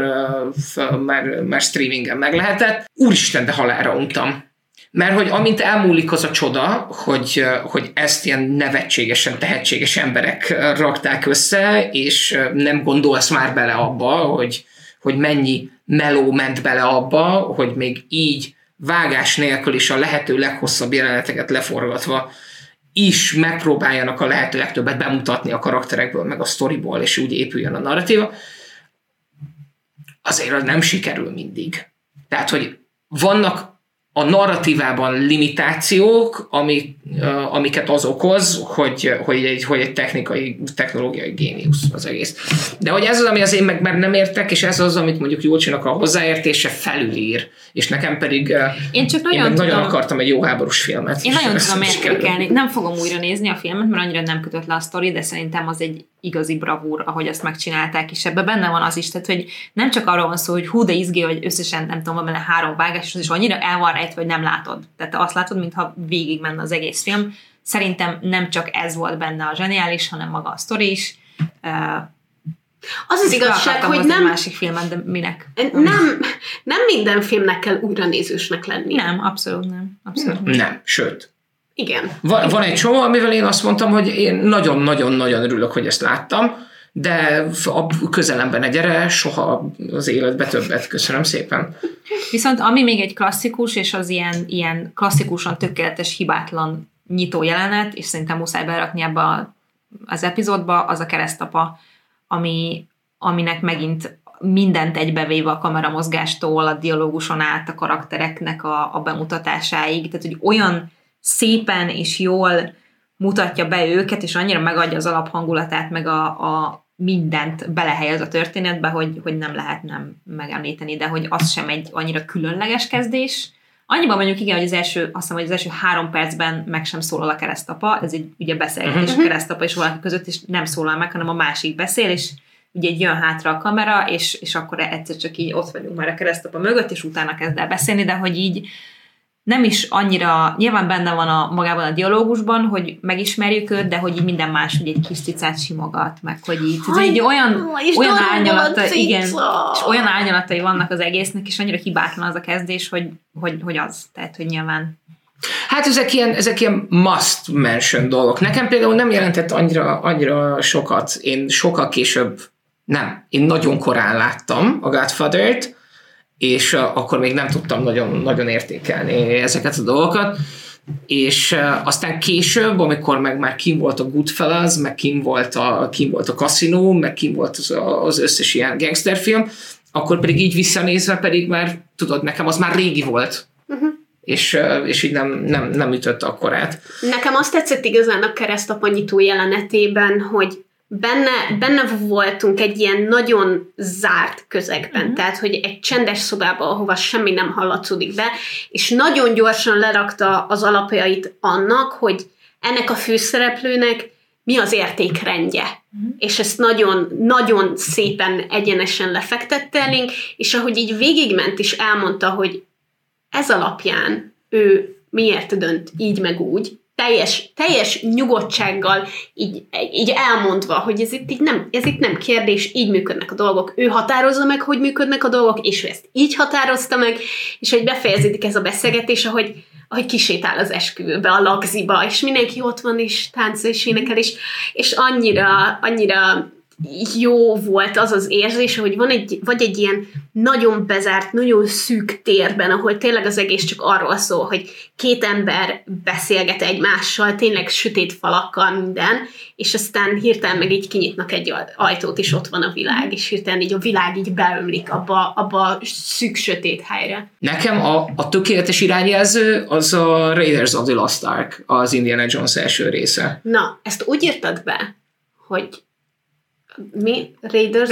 már streamingen meg lehetett. Úristen, de halálra untam. Mert hogy amint elmúlik az a csoda, hogy ezt ilyen nevetségesen tehetséges emberek rakták össze, és nem gondolsz már bele abba, hogy mennyi meló ment bele abba, hogy még így vágás nélkül is a lehető leghosszabb jeleneteket leforgatva is megpróbáljanak a lehető legtöbbet bemutatni a karakterekből, meg a sztoriból, és úgy épüljön a narratíva, azért az nem sikerül mindig. Tehát, hogy vannak a narratívában limitációk, amiket az okoz, hogy egy technológiai géniusz az egész. De hogy ez az, ami az én meg már nem értek, és ez az, amit mondjuk Jócsinak a hozzáértése felülír, és nekem pedig én nagyon akartam egy jó háborús filmet. Én nagyon tudom értékelni. Nem fogom újra nézni a filmet, mert annyira nem kötött le a sztori, de szerintem az egy igazi bravúr, ahogy azt megcsinálták, és ebben benne van az is, tehát, hogy nem csak arról van szó, hogy hú, de izgé, hogy összesen nem tudom, van benne 3 vágás, és az is annyira el van rejtve, hogy nem látod. Tehát te azt látod, mintha végig menne az egész film. Szerintem nem csak ez volt benne a zseniális, hanem maga a sztori is. Az igazság, hogy nem... másik filmet, de minek? Nem minden filmnek kell újranézősnek lenni. Nem, abszolút nem. Nem, sőt. Igen. Van egy csomó, amivel én azt mondtam, hogy én nagyon-nagyon-nagyon örülök, hogy ezt láttam, de a közelemben ne gyere, soha az életbe többet. Köszönöm szépen. Viszont ami még egy klasszikus, és az ilyen klasszikusan tökéletes, hibátlan nyitó jelenet, és szerintem muszáj berakni ebbe az epizódba, az a keresztapa, aminek megint mindent egybevéve a kameramozgástól, a dialóguson át, a karaktereknek a bemutatásáig, tehát hogy olyan szépen és jól mutatja be őket, és annyira megadja az alaphangulatát, meg a mindent belehelyez a történetbe, hogy nem lehet nem megemlíteni, de hogy az sem egy annyira különleges kezdés. Annyiban mondjuk igen, hogy azt hiszem, hogy az első 3 percben meg sem szólal a keresztapa, ez egy ugye beszélgetés a keresztapa és valaki között, és nem szólal meg, hanem a másik beszél, és ugye jön hátra a kamera, és akkor egyszer csak így ott vagyunk már a keresztapa mögött, és utána kezd el beszélni, de hogy így nem is annyira, nyilván benne van magában a dialógusban, hogy megismerjük őt, de hogy így minden más, hogy egy kis cicát simogat, meg hogy így olyan árnyalata, igen, és olyan árnyalatai vannak az egésznek, és annyira hibátlan az a kezdés, hogy az, tehát, hogy nyilván. Hát ezek ilyen must mention dolgok. Nekem például nem jelentett annyira sokat. Én sokkal később, én nagyon korán láttam a Godfather-t, és akkor még nem tudtam nagyon értékelni ezeket a dolgokat, és aztán később, amikor meg már kim volt a Goodfellas, meg kim volt a Casino, meg kim volt az összes ilyen gangsterfilm, akkor pedig így visszanézve pedig már, tudod, nekem az már régi volt. És így nem ütött akkorát. Nekem azt tetszett igazán a keresztapa nyitó jelenetében, hogy benne voltunk egy ilyen nagyon zárt közegben, tehát, hogy egy csendes szobában, ahova semmi nem hallatszódik be, és nagyon gyorsan lerakta az alapjait annak, hogy ennek a főszereplőnek mi az értékrendje. És ezt nagyon szépen egyenesen lefektette elénk, és ahogy így végigment is elmondta, hogy ez alapján ő miért dönt így meg úgy, teljes nyugodtsággal így elmondva, hogy ez itt nem kérdés, így működnek a dolgok. Ő határozza meg, hogy működnek a dolgok, és ő ezt így határozta meg, és hogy befejeződik ez a beszélgetés, ahogy kisétál az esküvőbe, a lagziba, és mindenki ott van, és táncol, és énekel, és annyira jó volt az az érzés, hogy vagy egy ilyen nagyon bezárt, nagyon szűk térben, ahol tényleg az egész csak arról szól, hogy 2 ember beszélget egymással, tényleg sötét falakkal minden, és aztán hirtelen meg így kinyitnak egy ajtót, és ott van a világ, és hirtelen így a világ így beömlik abba a szűk, sötét helyre. Nekem a tökéletes irányjelző az a Raiders of the Lost Ark, az Indiana Jones első része. Na, ezt úgy írtad be, hogy mi? Raiders.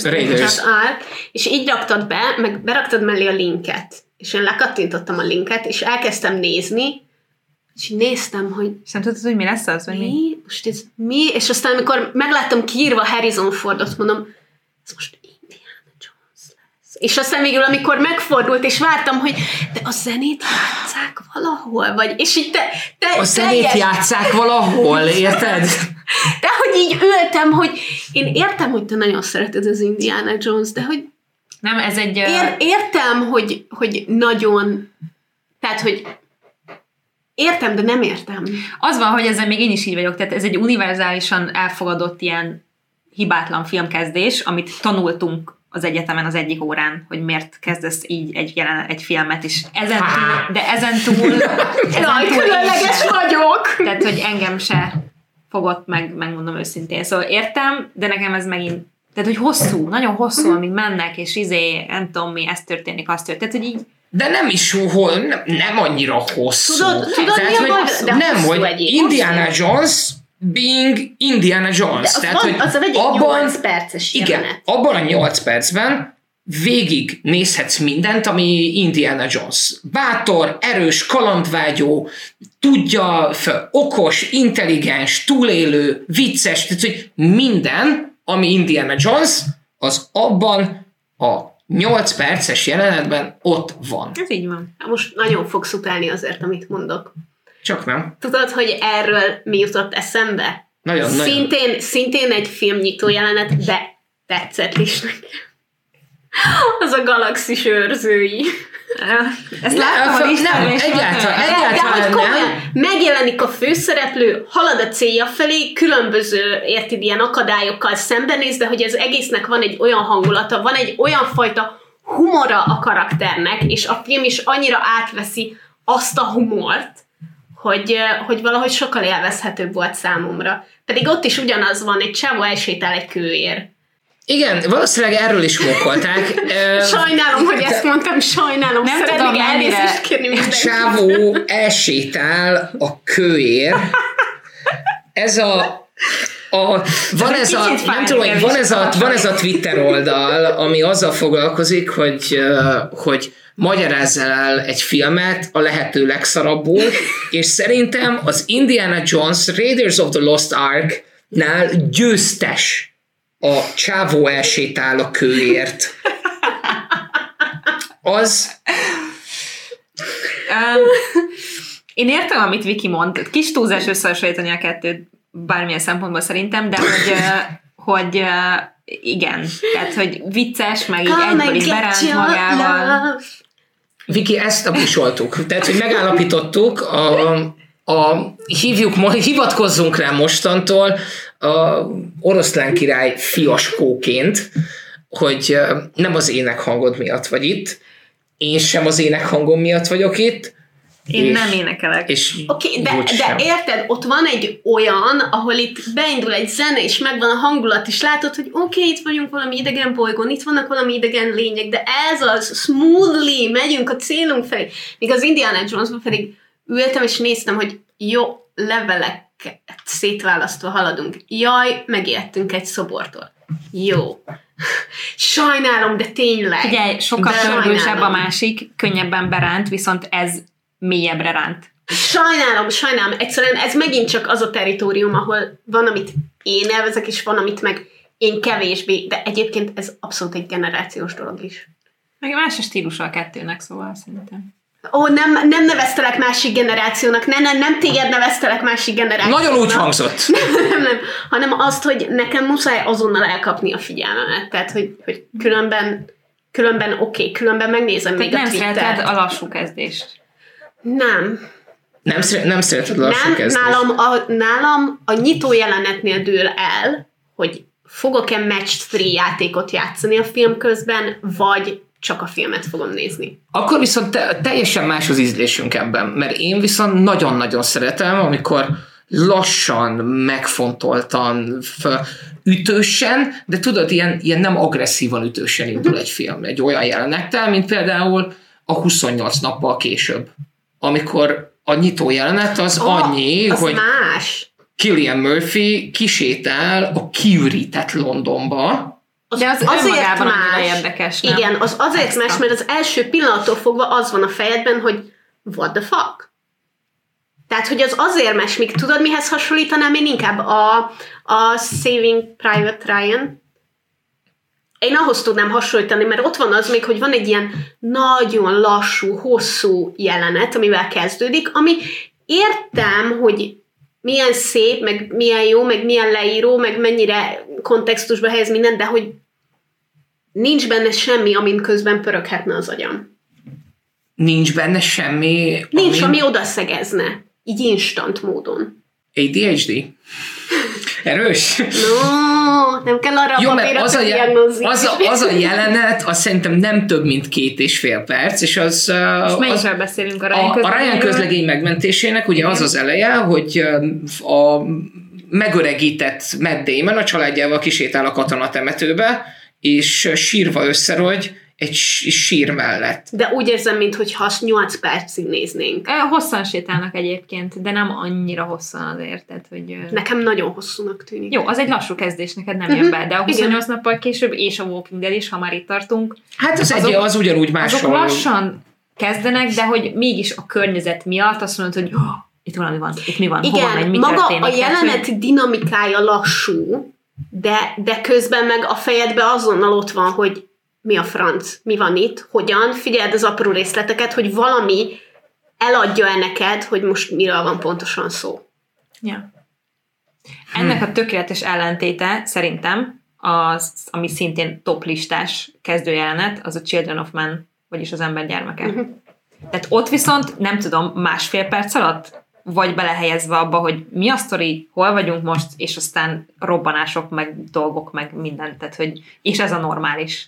És így raktad be, meg beraktad mellé a linket. És én lekattintottam a linket, és elkezdtem nézni, és így néztem, hogy... És nem tudtad, hogy mi lesz az, vagy mi? Most ez mi? És aztán, amikor megláttam kiírva Harrison Fordot, mondom, ez most Indiana Jones lesz. És aztán végül, amikor megfordult, és vártam, hogy de a zenét játsszák valahol, vagy... És így a zenét játsszák valahol, érted? De hogy így ültem, hogy én értem, hogy te nagyon szereted az Indiana Jones, de hogy nem, ez egy... Értem, hogy nagyon... Tehát, hogy értem, de nem értem. Az van, hogy ezzel még én is így vagyok, tehát ez egy univerzálisan elfogadott ilyen hibátlan filmkezdés, amit tanultunk az egyetemen az egyik órán, hogy miért kezdesz így egy filmet, és ezen túl különleges vagyok! Tehát, hogy engem se fogott megmondom őszintén. Szóval értem, de nekem ez megint, tehát, hogy hosszú, nagyon hosszú, amíg mennek, és nem tudom mi, ez történik, az történik. Tehát, hogy így de nem is nem annyira hosszú. Tudod mi a baj? De nem, hogy egyébként. Indiana Jones being Indiana Jones. De az egy 8 perces jelenet. Igen, abban a 8 percben végig nézhetsz mindent, ami Indiana Jones. Bátor, erős, kalandvágyó, tudja fel, okos, intelligens, túlélő, vicces, tehát hogy minden, ami Indiana Jones, az abban a 8 perces jelenetben ott van. Ez így van. Most nagyon fogsz utálni azért, amit mondok. Csak nem. Tudod, hogy erről mi jutott eszembe? Nagyon. Szintén egy filmnyitó jelenet, de tetszett is nekem. Az a Galaxis őrzői. Ezt láttam a listán, nem, és egyáltalán nem. Megjelenik a főszereplő, halad a célja felé, különböző, érted, ilyen akadályokkal szembenéz, de hogy az egésznek van egy olyan hangulata, van egy olyan fajta humora a karakternek, és a film is annyira átveszi azt a humort, hogy valahogy sokkal élvezhetőbb volt számomra. Pedig ott is ugyanaz van, egy csávó elsétál egy kőér. Igen, valószínűleg erről is mókolták. Sajnálom, hogy ezt mondtam, sajnálom. Nem szeretnék tudom, elnézést kérni mindenkit. Csávó elsétál a kőér. Ez van ez a Twitter oldal, ami azzal foglalkozik, hogy magyarázzál el egy filmet a lehető legszarabbul, és szerintem az Indiana Jones Raiders of the Lost Ark-nál győztes a csávó elsétál a kőért. Az... Én értem, amit Viki mond. Kis túlzás összehasonlítani a kettőt bármilyen szempontból szerintem, de hogy igen. Tehát, hogy vicces, meg így egyből is beránt magával. Viki, ezt apusoltuk. Tehát, hogy megállapítottuk, hivatkozzunk rá mostantól a Oroszlán király fiaskóként, hogy nem az énekhangod miatt vagy itt, én sem az énekhangom miatt vagyok itt. Én nem énekelek. Oké, de érted, ott van egy olyan, ahol itt beindul egy zene, és megvan a hangulat, és látod, hogy oké, itt vagyunk valami idegen bolygón, itt vannak valami idegen lények, de ez az smoothly, megyünk a célunk felé. Míg az Indiana Jonesban pedig ültem, és néztem, hogy jó, leveleket szétválasztva haladunk. Jaj, megijedtünk egy szobortól. Jó. Sajnálom, de tényleg. Figyelj, sokkal pörgősebb a másik, könnyebben beránt, viszont ez mélyebbre ránt. Sajnálom. Egyszerűen ez megint csak az a territórium, ahol van, amit én elvezek, és van, amit meg én kevésbé, de egyébként ez abszolút egy generációs dolog is. Meg más a stílusa a kettőnek, szóval szerintem. Nem neveztelek másik generációnak, nem téged neveztelek másik generációnak. Nagyon úgy hangzott. Nem, hanem azt, hogy nekem muszáj azonnal elkapni a figyelmemet. Tehát, hogy különben oké, különben megnézem még a Twittert. Nem szereted a lassú kezdést. Nem szereted lassú kezdést. Nálam a nyitó jelenetnél dől el, hogy fogok-e match-3 játékot játszani a film közben, vagy csak a filmet fogom nézni. Akkor viszont teljesen más az ízlésünk ebben, mert én viszont nagyon-nagyon szeretem, amikor lassan, megfontoltan, ütősen, de tudod, ilyen nem agresszívan ütősen indul egy film, egy olyan jelenettel, mint például a 28 nappal később, amikor a nyitó jelenet az annyi, az hogy más. Cillian Murphy kisétál a kiürített Londonba. De az önmagában annyira érdekes, nem? Igen, az azért más, mert az első pillanattól fogva az van a fejedben, hogy what the fuck? Tehát, hogy az azért más, még tudod, mihez hasonlítanám én inkább a Saving Private Ryan. Én ahhoz tudnám hasonlítani, mert ott van az még, hogy van egy ilyen nagyon lassú, hosszú jelenet, amivel kezdődik, ami értem, hogy milyen szép, meg milyen jó, meg milyen leíró, meg mennyire kontextusba helyez minden, de hogy nincs benne semmi, amin közben pöröghetne az agyam. Nincs benne semmi... Nincs, ami odaszegezne. Így instant módon. ADHD? Erős? No, nem kell arra a papírra az a jelenet, az szerintem nem több, mint 2,5 perc, és az... Most melyikről beszélünk? A Ryan közlegény megmentésének ugye az az eleje, hogy a megöregített Matt Damon a családjával kisétál a katonatemetőbe, és sírva összerogy egy sír mellett. De úgy érzem, mintha 8 percig néznénk. Hosszan sétálnak egyébként, de nem annyira hosszan azért. Tehát, hogy... Nekem nagyon hosszúnak tűnik. Jó, az egy lassú kezdés, neked nem jön be, de a 28 nappal később, és a Walking Dead is, ha már itt tartunk. Hát az ugyanúgy máshol. Azok lassan kezdenek, de hogy mégis a környezet miatt azt mondod, hogy itt valami van, itt mi van, hova megy, mi maga történik. A jelenet dinamikája lassú, de közben meg a fejedben azonnal ott van, hogy mi a franc, mi van itt, hogyan, figyeld az apró részleteket, hogy valami eladja neked, hogy most miről van pontosan szó. Ja. Ennek a tökéletes ellentéte szerintem, ami szintén top listás kezdőjelenet, az a Children of Men, vagyis az ember gyermeke. Tehát ott viszont, nem tudom, másfél perc alatt vagy belehelyezve abba, hogy mi a sztori, hol vagyunk most, és aztán robbanások, meg dolgok, meg mindent, tehát, hogy, és ez a normális.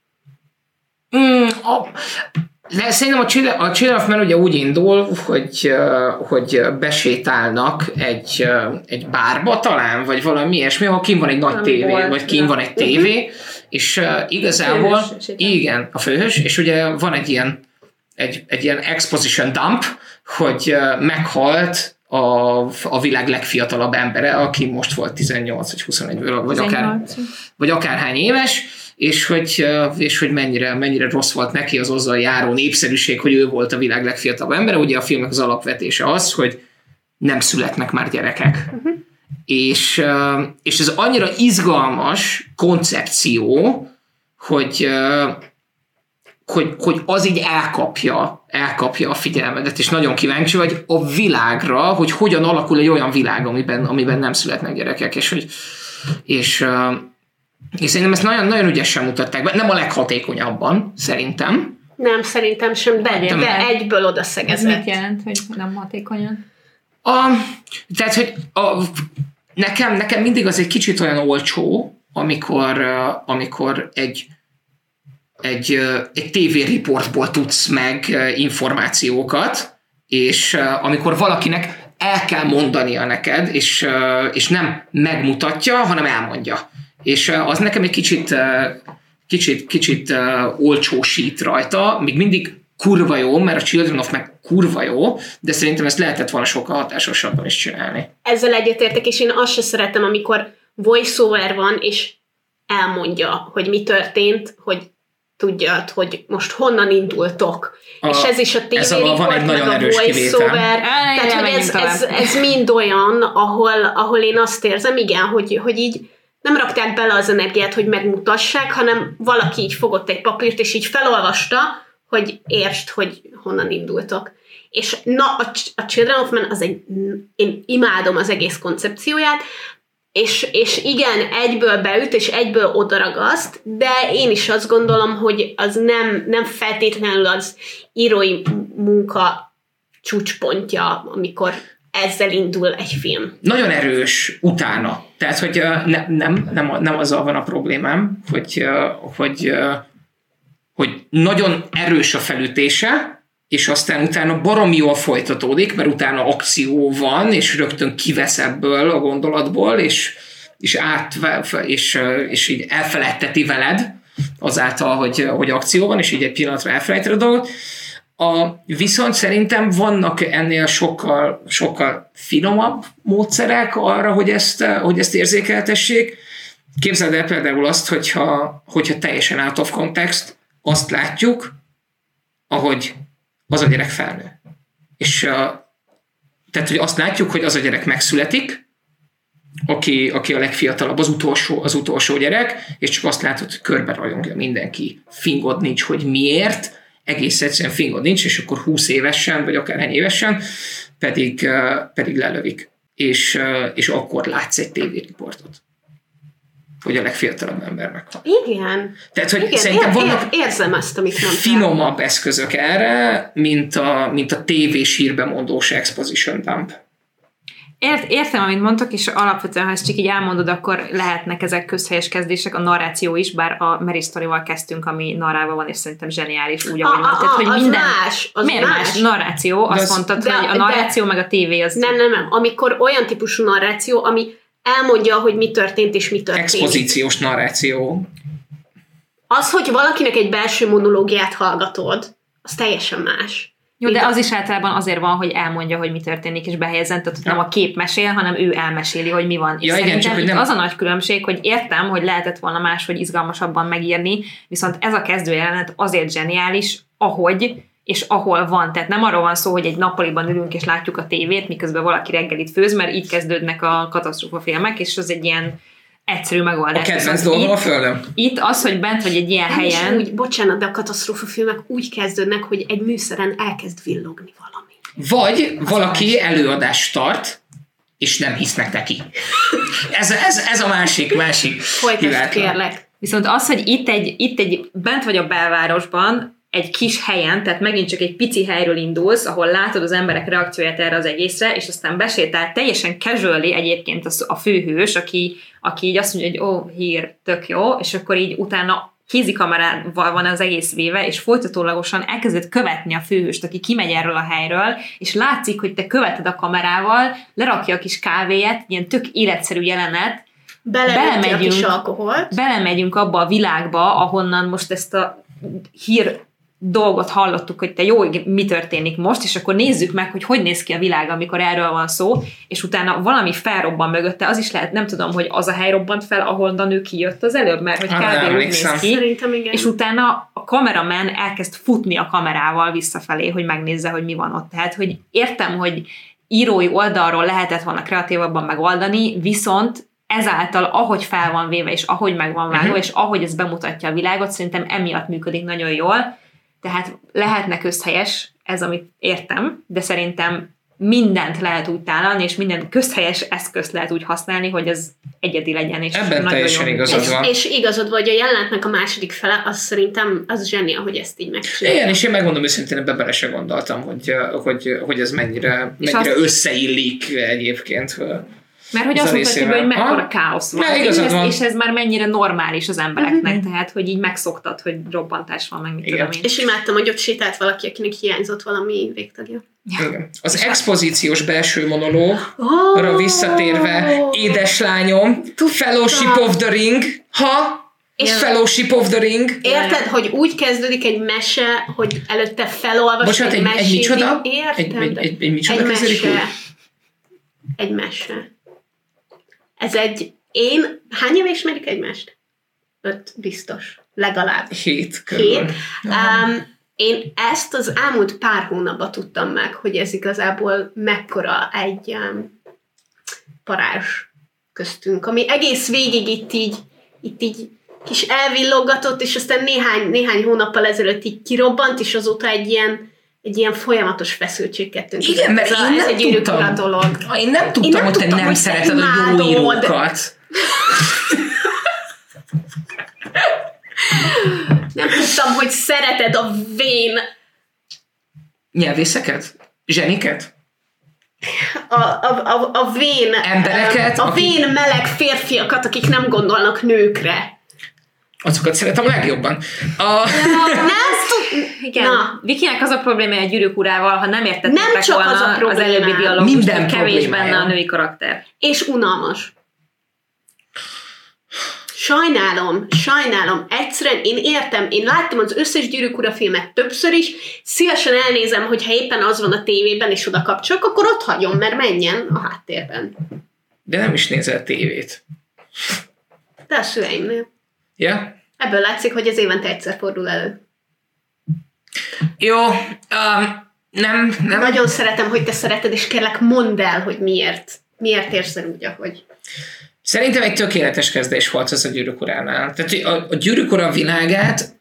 Szerintem a Children of Men ugye úgy indul, hogy besétálnak egy bárba talán, vagy valami ilyesmi, ahol kint van egy nagy tévé, vagy kint van egy tévé, és igazából, igen, a főhős, és ugye van egy ilyen exposition dump, hogy meghalt a világ legfiatalabb embere, aki most volt 18 vagy 21, vagy akárhány éves, és hogy mennyire rossz volt neki az azzal járó népszerűség, hogy ő volt a világ legfiatalabb embere. Ugye a filmnek az alapvetése az, hogy nem születnek már gyerekek. És ez annyira izgalmas koncepció, hogy az így elkapja a figyelmedet, és nagyon kíváncsi vagy a világra, hogy hogyan alakul egy olyan világ, amiben nem születnek gyerekek, és szerintem ezt nagyon, nagyon ügyesen mutatták be, nem a leghatékonyabban, szerintem. Nem, szerintem sem, de egyből oda szegezett. Ez mit jelent, hogy nem hatékonyan? Tehát, hogy nekem mindig az egy kicsit olyan olcsó, amikor egy tévériportból tudsz meg információkat, és amikor valakinek el kell mondania neked, és nem megmutatja, hanem elmondja. És az nekem egy kicsit olcsósít rajta, még mindig kurva jó, mert a Children of meg kurva jó, de szerintem ezt lehetett volna sokkal hatásosabban is csinálni. Ezzel egyetértek, és én azt se szeretem, amikor voice-over van, és elmondja, hogy mi történt, hogy tudjad, hogy most honnan indultok. És ez is a tévériport, meg a voice-over. Tehát, hogy ez mind olyan, ahol én azt érzem, igen, hogy így nem rakták bele az energiát, hogy megmutassák, hanem valaki így fogott egy papírt, és így felolvasta, hogy értsd, hogy honnan indultok. És a Children of Men én imádom az egész koncepcióját, és igen, egyből beüt, és egyből odaragaszt, de én is azt gondolom, hogy az nem feltétlenül az írói munka csúcspontja, amikor ezzel indul egy film. Nagyon erős utána. Tehát, hogy nem azzal van a problémám, hogy nagyon erős a felütése, és aztán utána baromi jól folytatódik, mert utána akció van, és rögtön kivesz ebből a gondolatból, és így elfeledteti veled azáltal, hogy akció van, és így egy pillanatra elfelejted a dolgot. Viszont szerintem vannak ennél sokkal, sokkal finomabb módszerek arra, hogy ezt érzékeltessék. Képzeld el például azt, hogyha teljesen out of context azt látjuk, ahogy az a gyerek felnő. És tehát, hogy azt látjuk, hogy az a gyerek megszületik, aki a legfiatalabb, az utolsó gyerek, és csak azt látod, hogy körbe rajongja mindenki. Fingod nincs, hogy miért, egész egyszerűen fingod nincs, és akkor 20 évesen, vagy akárhány évesen pedig lelövik. És akkor látsz egy tévériportot, hogy a legfiatalabb ember meghal. Igen. Tehát, hogy szerintem vannak érzem azt, amit mondtál. Finomabb eszközök erre, mint a tévés hírbemondós exposition dump. Értem, amit mondtok, és alapvetően, ha ezt csak így elmondod, akkor lehetnek ezek közhelyes kezdések, a narráció is, bár a Mary Story-val kezdtünk, ami narrálva van, és szerintem zseniális úgy, ahogy mondtad. Tehát, hogy az minden... más. Az Miért más? Narráció, azt mondtad, hogy a narráció meg a tévé az... Nem. Amikor olyan típusú narráció, ami elmondja, hogy mi történt és mi történt. Expozíciós narráció. Az, hogy valakinek egy belső monológiát hallgatod, az teljesen más. Jó, de az is általában azért van, hogy elmondja, hogy mi történik, és behelyezzen, tehát nem a kép mesél, hanem ő elmeséli, hogy mi van. Ja, és igen, csak hogy nem... az a nagy különbség, hogy értem, hogy lehetett volna máshogy izgalmasabban megírni, viszont ez a kezdőjelenet azért zseniális, ahogy és ahol van. Tehát nem arról van szó, hogy egy nappaliban ülünk és látjuk a tévét, miközben valaki reggelit főz, mert így kezdődnek a katasztrófafilmek, és az egy ilyen egyszerű megoldás. A kedvenc dolgom a földön. Itt az, hogy bent vagy egy ilyen helyen... Úgy, bocsánat, de a katasztrófafilmek úgy kezdődnek, hogy egy műszeren elkezd villogni valami. Vagy valaki előadást tart, és nem hisznek neki. Ez a másik Folytasd, kérlek. Viszont az, hogy itt egy bent vagy a belvárosban, egy kis helyen, tehát megint csak egy pici helyről indulsz, ahol látod az emberek reakcióját erre az egészre, és aztán besétál teljesen casually egyébként a főhős, aki így azt mondja, hogy hír, tök jó, és akkor így utána kézikamerával van az egész véve, és folytatólagosan elkezded követni a főhőst, aki kimegy erről a helyről, és látszik, hogy te követed a kamerával, lerakja a kis kávéját, ilyen tök életszerű jelenet, belemegyünk abba a világba, ahonnan most ezt a hír dolgot hallottuk, hogy te jó, mi történik most, és akkor nézzük meg, hogy néz ki a világ, amikor erről van szó, és utána valami felrobban mögötte, az is lehet, nem tudom, hogy az a hely robbant fel, ahonnan ő kijött az előbb, mert hogy kb. Úgy néz ki, és utána a kameraman elkezd futni a kamerával visszafelé, hogy megnézze, hogy mi van ott. Tehát, hogy értem, hogy írói oldalról lehetett volna kreatívabban megoldani, viszont ezáltal, ahogy fel van véve, és ahogy meg van vágva, és ahogy ez bemutatja a világot, szerintem emiatt működik nagyon jól. Tehát lehetne közhelyes, ez amit értem, de szerintem mindent lehet úgy tálalni, és minden közhelyes eszközt lehet úgy használni, hogy az egyedi legyen. És ebben teljesen igazad van. És igazad vagy, a jelenetnek a második fele, az szerintem az zseni, hogy ezt így megcsinálja. Igen, és én megmondom őszintén, ebben bele se gondoltam, hogy ez mennyire összeillik egyébként. Mert hogy azt mutatja, hogy mekkora káosz van. És ez már mennyire normális az embereknek, tehát hogy így megszoktad, hogy robbantás van, meg mit tudom én. És imádtam, hogy ott sétált valaki, akinek hiányzott valami végtagja. Igen. Az expozíciós belső monológra visszatérve, édeslányom, Fellowship of the Ring, Fellowship of the Ring. Érted, hogy úgy kezdődik egy mese, hogy előtte felolvas egy mesét. Egy micsoda? Érted? Egy micsoda kezdődik úgy? Egy mese. Ez hány éve ismerik egymást? 5 biztos. Legalább. 7 körül. Én ezt az elmúlt pár hónapban tudtam meg, hogy ez igazából mekkora egy parázs köztünk, ami egész végig itt így kis elvillogatott, és aztán néhány hónappal ezelőtt így kirobbant, és azóta egy ilyen folyamatos feszültség kettőnk. Igen, mert én nem tudtam. Dolog. Én nem tudtam, hogy te nem szereted a jó írókat. Nem tudtam, hogy szereted a vén nyelvészeket? Zseniket? A vén embereket? A vén meleg férfiakat, akik nem gondolnak nőkre. Azokat szeretem legjobban. Igen. Vikinek az a problémája a Gyűrűk urával, ha nem értettétek volna az előbbi dialógust, hogy kevés benne a női karakter. És unalmas. Sajnálom. Egyszerűen én értem, én láttam az összes Gyűrűk ura filmet többször is, szívesen elnézem, hogyha éppen az van a tévében, és oda kapcsolok, akkor ott hagyom, mert menjen a háttérben. De nem is nézel tévét. De a szüleimnél. Ja? Ebből látszik, hogy ez évente egyszer fordul elő. Jó, nem. Nagyon szeretem, hogy te szereted, és kérlek, mondd el, hogy miért érzed úgy, ahogy. Szerintem egy tökéletes kezdés volt az a Gyűrűk uránál. Tehát a Gyűrűk ura világát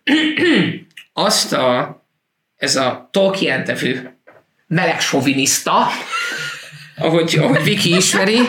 ez a Tolkien nevű meleg soviniszta, ahogy Viki ismeri,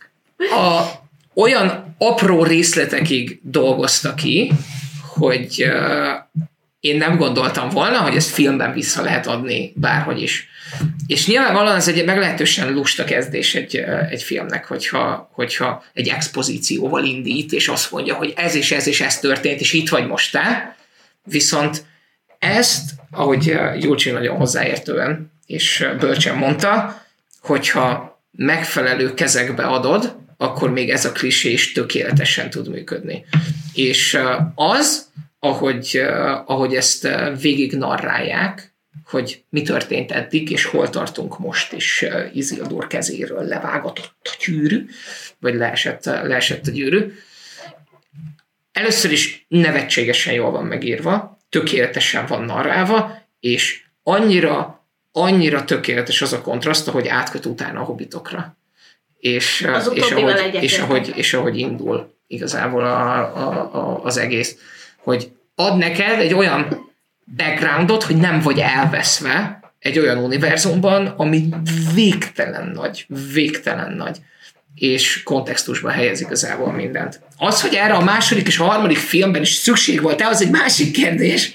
olyan apró részletekig dolgozta ki, hogy én nem gondoltam volna, hogy ezt filmben vissza lehet adni bárhogy is. És nyilvánvalóan ez egy meglehetősen lusta kezdés egy filmnek, hogyha egy expozícióval indít, és azt mondja, hogy ez és ez és ez történt, és itt vagy most te. Viszont ezt, ahogy Gyurcsi nagyon hozzáértően és bölcsen mondta, hogyha megfelelő kezekbe adod, akkor még ez a klisé is tökéletesen tud működni. És az, ahogy ezt végig narrálják, hogy mi történt eddig, és hol tartunk most is. Isildur kezéről levágott a gyűrű, vagy leesett a gyűrű. Először is nevetségesen jól van megírva, tökéletesen van narrálva, és annyira tökéletes az a kontraszt, ahogy átköt utána a hobbitokra. És ahogy indul igazából az egész. Hogy ad neked egy olyan backgroundot, hogy nem vagy elveszve egy olyan univerzumban, ami végtelen nagy, és kontextusban helyez igazából mindent. Az, hogy erre a második és a harmadik filmben is szükség volt, az egy másik kérdés.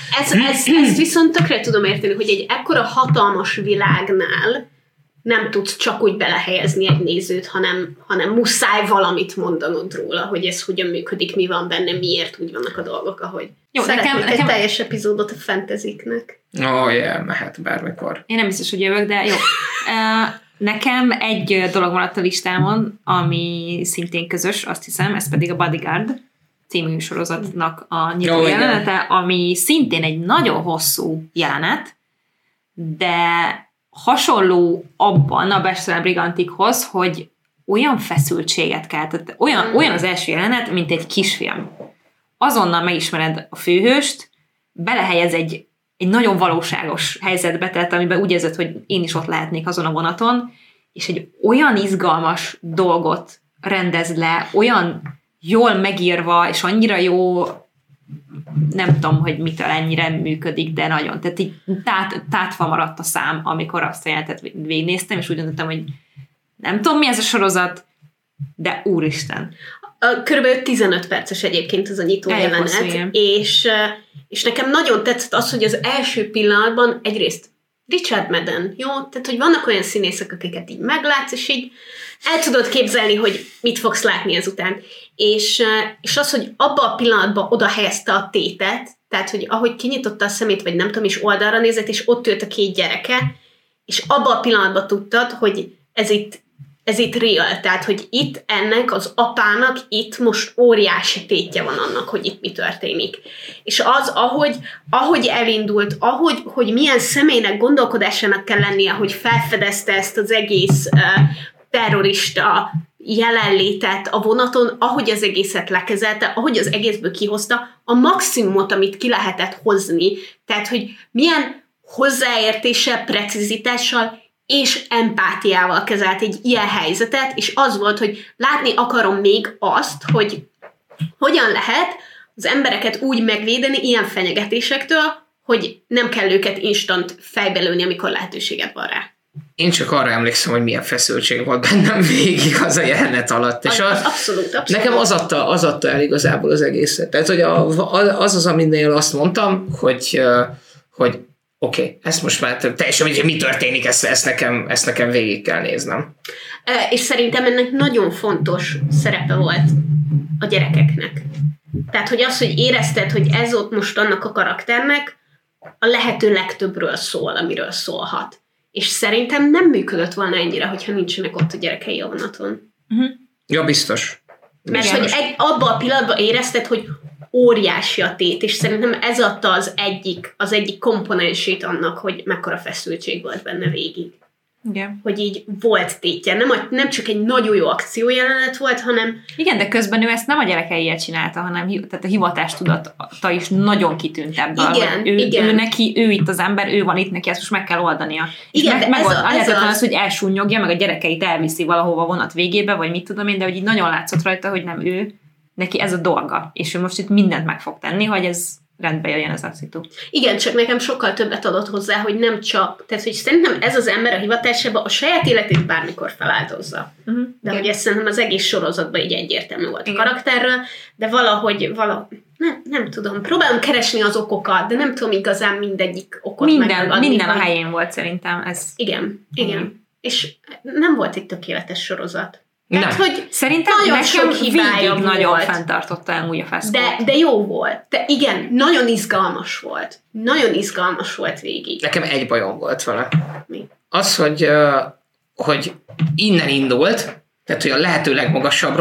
Ezt viszont tökre tudom érteni, hogy egy ekkora hatalmas világnál nem tudsz csak úgy belehelyezni egy nézőt, hanem muszáj valamit mondanod róla, hogy ez hogyan működik, mi van benne, miért úgy vannak a dolgok, ahogy jó, szeretnék egy teljes epizódot a fantasyeknek. Mehet bármikor. Én nem biztos, hogy jövök, de jó. Nekem egy dolog maradt a listámon, ami szintén közös, azt hiszem, ez pedig a Bodyguard című sorozatnak a nyitó jelenete, ami szintén egy nagyon hosszú jelenet, de hasonló abban a Bastelen Brigantikhoz, hogy olyan feszültséget keltett, olyan az első jelenet, mint egy kisfilm. Azonnal megismered a főhőst, belehelyez egy nagyon valóságos helyzetbe, tehát amiben úgy érzed, hogy én is ott lehetnék azon a vonaton, és egy olyan izgalmas dolgot rendez le, olyan jól megírva, és annyira jó, nem tudom, hogy mitől ennyire működik, de nagyon. Tehát így tátva maradt a szám, amikor azt a jelentet végignéztem, és úgy gondoltam, hogy nem tudom, mi ez a sorozat, de úristen. Körülbelül 15 perces egyébként ez a nyitó jelenet, és nekem nagyon tetszett az, hogy az első pillanatban egyrészt Richard Madden, jó? Tehát, hogy vannak olyan színészek, akiket így meglátsz, és így el tudod képzelni, hogy mit fogsz látni ezután. És az, hogy abban a pillanatban oda helyezte a tétet, tehát, hogy ahogy kinyitotta a szemét, vagy nem tudom, és oldalra nézett, és ott ült a két gyereke, és abban a pillanatban tudtad, hogy ez itt real, tehát, hogy itt ennek az apának itt most óriási tétje van annak, hogy itt mi történik. És az, ahogy elindult, hogy milyen személynek, gondolkodásának kell lennie, hogy felfedezte ezt az egész terrorista jelenlétet a vonaton, ahogy az egészet lekezelte, ahogy az egészből kihozta a maximumot, amit ki lehetett hozni. Tehát, hogy milyen hozzáértéssel, precizitással és empátiával kezelt egy ilyen helyzetet, és az volt, hogy látni akarom még azt, hogy hogyan lehet az embereket úgy megvédeni ilyen fenyegetésektől, hogy nem kell őket instant fejbelőni, amikor lehetőséged van rá. Én csak arra emlékszem, hogy milyen feszültség volt bennem végig az a jelenet alatt. És abszolút. Nekem az adta el igazából az egészet. Tehát, hogy az, aminél azt mondtam, hogy oké, ezt most már teljesen, hogy mi történik, ezt nekem végig kell néznem. És szerintem ennek nagyon fontos szerepe volt a gyerekeknek. Tehát, hogy az, hogy érezted, hogy ez ott most annak a karakternek a lehető legtöbbről szól, amiről szólhat. És szerintem nem működött volna ennyire, hogyha nincsenek ott a gyerekei a vonaton. Uh-huh. Ja, biztos. Mert hogy abban a pillanatban érezted, hogy óriási a tét, és szerintem ez adta az egyik komponensét annak, hogy mekkora feszültség volt benne végig. Igen. Hogy így volt tétje. Nem csak egy nagyon jó akciójelenet volt, hanem... Igen, de közben ő ezt nem a gyerekeiért csinálta, hanem tehát a hivatástudata is nagyon kitűnt ebből. Igen. Ő itt az ember, ő van itt, neki ezt most meg kell oldania. Igen, és ez az, hogy elsúnyogja, meg a gyerekeit elviszi valahova vonat végébe, vagy mit tudom én, de hogy így nagyon látszott rajta, hogy nem ő, neki ez a dolga. És ő most itt mindent meg fog tenni, hogy ez rendbe jöjjön az a szitu. Igen, csak nekem sokkal többet adott hozzá, hogy nem csak, tehát hogy szerintem ez az ember a hivatásában a saját életét bármikor feláldozza. Uh-huh. De igen. Hogy ez szerintem az egész sorozatban így egyértelmű volt igen. A karakterről, de valahogy nem tudom, próbálom keresni az okokat, de nem tudom igazán mindegyik okot megragadni. Minden a helyén volt szerintem ez. Igen. És nem volt egy tökéletes sorozat. Tehát, hogy szerintem nagyon sok hibája volt. Nagyon fenntartotta el úgy a feszkót. De jó volt. De igen, nagyon izgalmas volt. Nagyon izgalmas volt végig. Nekem egy bajom volt vele. Mi? Az, hogy innen indult, tehát hogy a lehető legmagasabbról,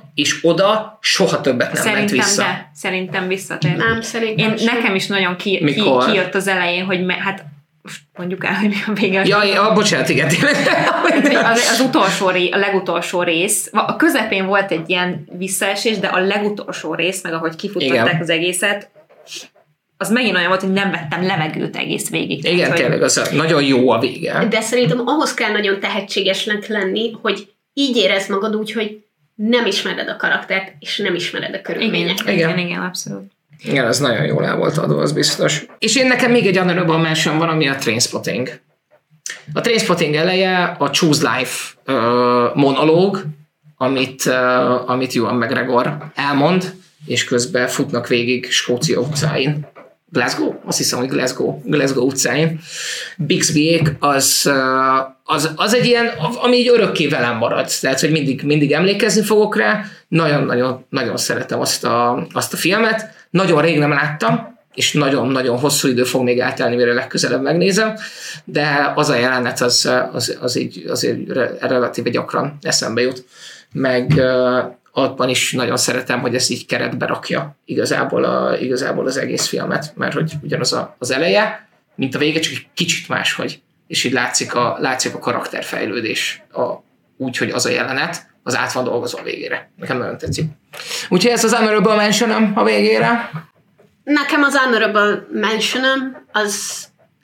és oda soha többet nem ment vissza. Szerintem visszatért. Nem, szerintem nekem is nagyon kijött az elején, hogy hát most mondjuk el, hogy mi a vége. Bocsánat, igen. Az a legutolsó rész, a közepén volt egy ilyen visszaesés, de a legutolsó rész, meg ahogy kifutották az egészet, az megint olyan volt, hogy nem vettem levegőt egész végig. Igen, tehát, tényleg, az nagyon jó a vége. De szerintem ahhoz kell nagyon tehetségesnek lenni, hogy így érezd magad úgy, hogy nem ismered a karaktert, és nem ismered a körülményeket. Igen, abszolút. Igen, ez nagyon jól el volt adva, az biztos. És nekem még egy honorable mention van, ami a Trainspotting. A Trainspotting eleje a Choose Life monológ, amit Ewan McGregor elmond, és közben futnak végig Skócia utcáin. Glasgow? Azt hiszem, hogy Glasgow utcáin. Bixbyék az egy ilyen, ami így örökké velem marad. Tehát, hogy mindig emlékezni fogok rá. Nagyon szeretem azt a filmet. Nagyon rég nem láttam, és nagyon-nagyon hosszú idő fog még eltelni, mire legközelebb megnézem, de az a jelenet az így azért relatíve gyakran eszembe jut. Meg abban is nagyon szeretem, hogy ezt így keretbe rakja igazából az egész filmet, mert hogy ugyanaz az eleje, mint a vége, csak egy kicsit máshogy, és így látszik a karakterfejlődés, úgy, hogy az a jelenet, az át van dolgozva a végére. Nekem nagyon tetszik. Úgyhogy ez az honorable mentionem a végére. Nekem az honorable mentionem az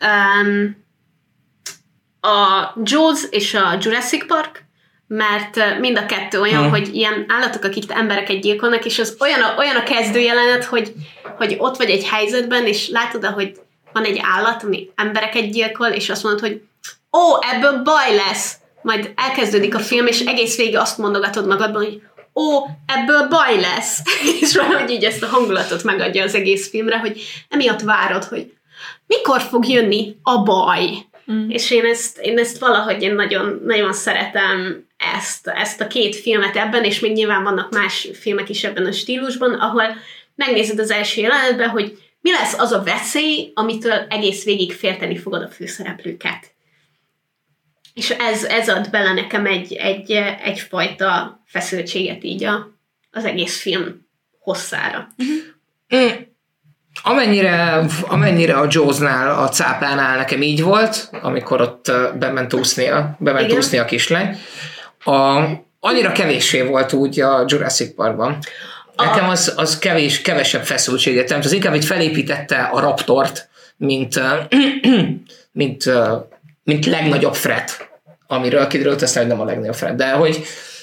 a Jaws és a Jurassic Park, mert mind a kettő olyan, hogy ilyen állatok, akik embereket gyilkolnak, és az olyan a kezdőjelenet, hogy ott vagy egy helyzetben, és látod, hogy van egy állat, ami embereket gyilkol, és azt mondod, hogy ebből baj lesz. Majd elkezdődik a film, és egész végig azt mondogatod magadban, hogy ebből baj lesz. És valahogy így ezt a hangulatot megadja az egész filmre, hogy emiatt várod, hogy mikor fog jönni a baj. És én ezt valahogy nagyon, nagyon szeretem ezt a két filmet ebben, és még nyilván vannak más filmek is ebben a stílusban, ahol megnézed az első jelenetben, hogy mi lesz az a veszély, amitől egész végig félteni fogod a főszereplőket. És ez ad bele nekem egyfajta feszültséget így az egész film hosszára. Amennyire a Jaws-nál, a cápánál nekem így volt, amikor ott bement úszni a kislány, annyira kevéssé volt úgy a Jurassic Parkban. Nekem az kevesebb feszültséget, tehát az inkább így felépítette a raptort, mint legnagyobb threat, amiről kiderült, aztán, hogy nem a legnagyobb threat, de hogy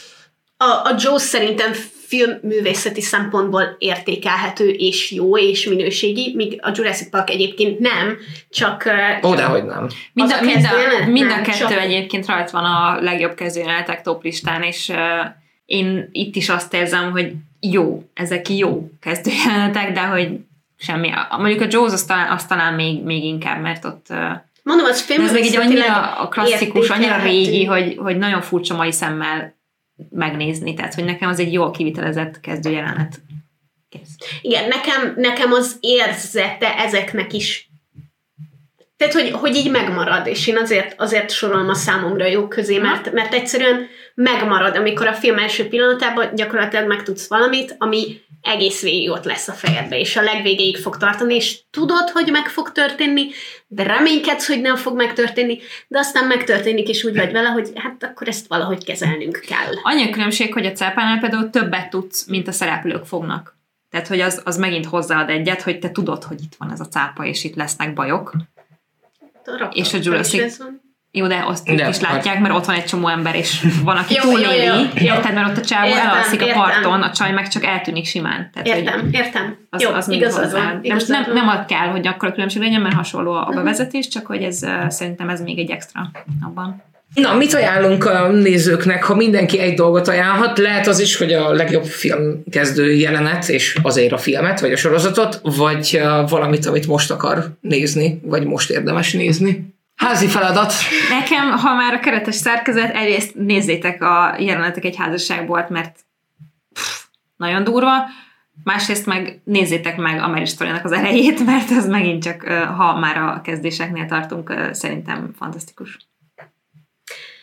a Jaws szerintem filmművészeti szempontból értékelhető és jó és minőségi, míg a Jurassic Park egyébként nem, csak... dehogy nem. Mind a kettő egyébként rajta van a legjobb kezdőjelenetek top listán, és én itt is azt érzem, hogy ezek jó kezdőjelenetek, de hogy semmi. Mondjuk a Jaws azt talán még inkább, mert ott... Mondom, az filmművészetileg ez meg annyira klasszikus, annyira régi, hogy nagyon furcsa mai szemmel megnézni, tehát hogy nekem az egy jól kivitelezett kezdőjelenet. Igen, nekem az érzete ezeknek is. Tehát, hogy így megmarad, és én azért sorolom a számomra jók közé, mert egyszerűen megmarad, amikor a film első pillanatában gyakorlatilag megtudsz valamit, ami egész végig ott lesz a fejedbe, és a legvégéig fog tartani, és tudod, hogy meg fog történni, de reménykedsz, hogy nem fog megtörténni, de aztán megtörténik, és úgy vagy vele, hogy hát akkor ezt valahogy kezelnünk kell. Annyi a különbség, hogy a cápánál például többet tudsz, mint a szereplők fognak. Tehát, hogy az megint hozzáad egyet, hogy te tudod, hogy itt van ez a cápa, és itt lesznek bajok. És a Jurassic... Jó, de azt is látják, mert ott van egy csomó ember, és van, aki túléli. Érted, mert ott a csávó elalszik a parton, a csaj meg csak eltűnik simán. Tehát, értem. Az igazad van. Most nem kell, hogy akkor a különbség legyen, mert hasonló a bevezetés, csak hogy szerintem ez még egy extra abban. Na, mit ajánlunk a nézőknek, ha mindenki egy dolgot ajánlhat? Lehet az is, hogy a legjobb filmkezdő jelenet, és azért a filmet, vagy a sorozatot, vagy valamit, amit most akar nézni, vagy most érdemes nézni. Házi feladat. Nekem, ha már a keretes szerkezet, egyrészt nézzétek a jelenetek egy házasságból, mert nagyon durva, másrészt meg nézzétek meg a Mary Story-nak az elejét, mert ez megint csak, ha már a kezdéseknél tartunk, szerintem fantasztikus.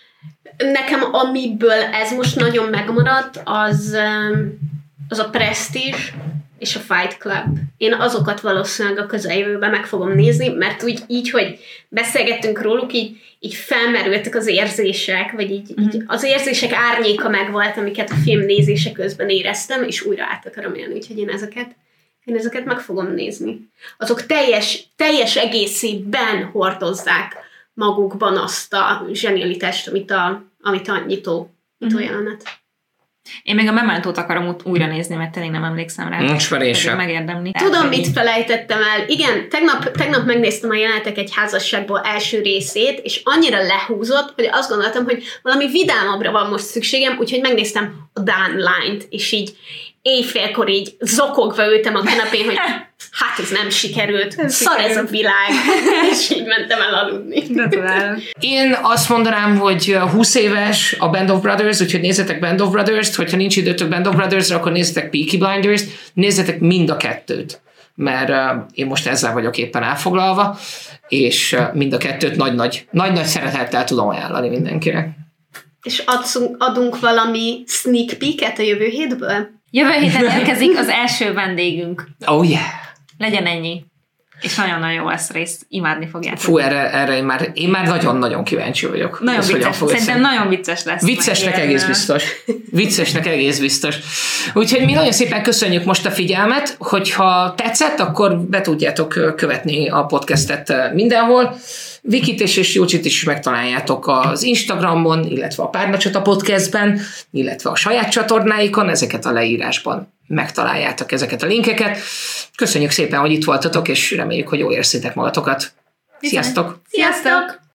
Nekem amiből ez most nagyon megmaradt, az a Prestige és a Fight Club. Én azokat valószínűleg a közeljövőben meg fogom nézni, mert úgy így, hogy beszélgettünk róluk, így felmerültek az érzések, vagy így az érzések árnyéka megvolt, amiket a film nézése közben éreztem, és újra át akarom élni, úgyhogy én ezeket meg fogom nézni. Azok teljes egészében hordozzák magukban azt a zsenialitást, amit a nyitó jelenet. Én még a Mementót akarom újra nézni, mert tényleg nem emlékszem rá. Nincs felése. Megérdemli. Tudom, mit felejtettem el. Igen, tegnap megnéztem a Jelenetek egy házasságból első részét, és annyira lehúzott, hogy azt gondoltam, hogy valami vidámabbra van most szükségem, úgyhogy megnéztem a Dan Line-t, és így éjfélkor így zokogva ültem a kanapén, hogy hát ez nem sikerült, szar ez a világ, és így mentem el aludni. Gratulálok. Én azt mondanám, hogy 20 éves a Band of Brothers, úgyhogy nézzetek Band of Brothers-t, hogyha nincs időtök Band of Brothers-ra, akkor nézzetek Peaky Blinders-t, nézzetek mind a kettőt, mert én most ezzel vagyok éppen elfoglalva, és mind a kettőt nagy-nagy szeretettel tudom ajánlani mindenkinek. És adunk valami sneak peek-et a jövő hétből? Jövő héten érkezik az első vendégünk. Oh yeah! Legyen ennyi. És nagyon-nagyon jó lesz rész. Imádni fogjátok. Fú, erre én már nagyon-nagyon kíváncsi vagyok. Nagyon vicces. Szerintem nagyon vicces lesz. Viccesnek egész biztos. Viccesnek egész biztos. Úgyhogy mi nagyon szépen köszönjük most a figyelmet, hogyha tetszett, akkor be tudjátok követni a podcastet mindenhol. Vikit és Jócsit is megtaláljátok az Instagramon, illetve a Párnacsata podcastben, illetve a saját csatornáikon, ezeket a leírásban megtaláljátok ezeket a linkeket. Köszönjük szépen, hogy itt voltatok, és reméljük, hogy jól érzitek magatokat. Sziasztok! Sziasztok!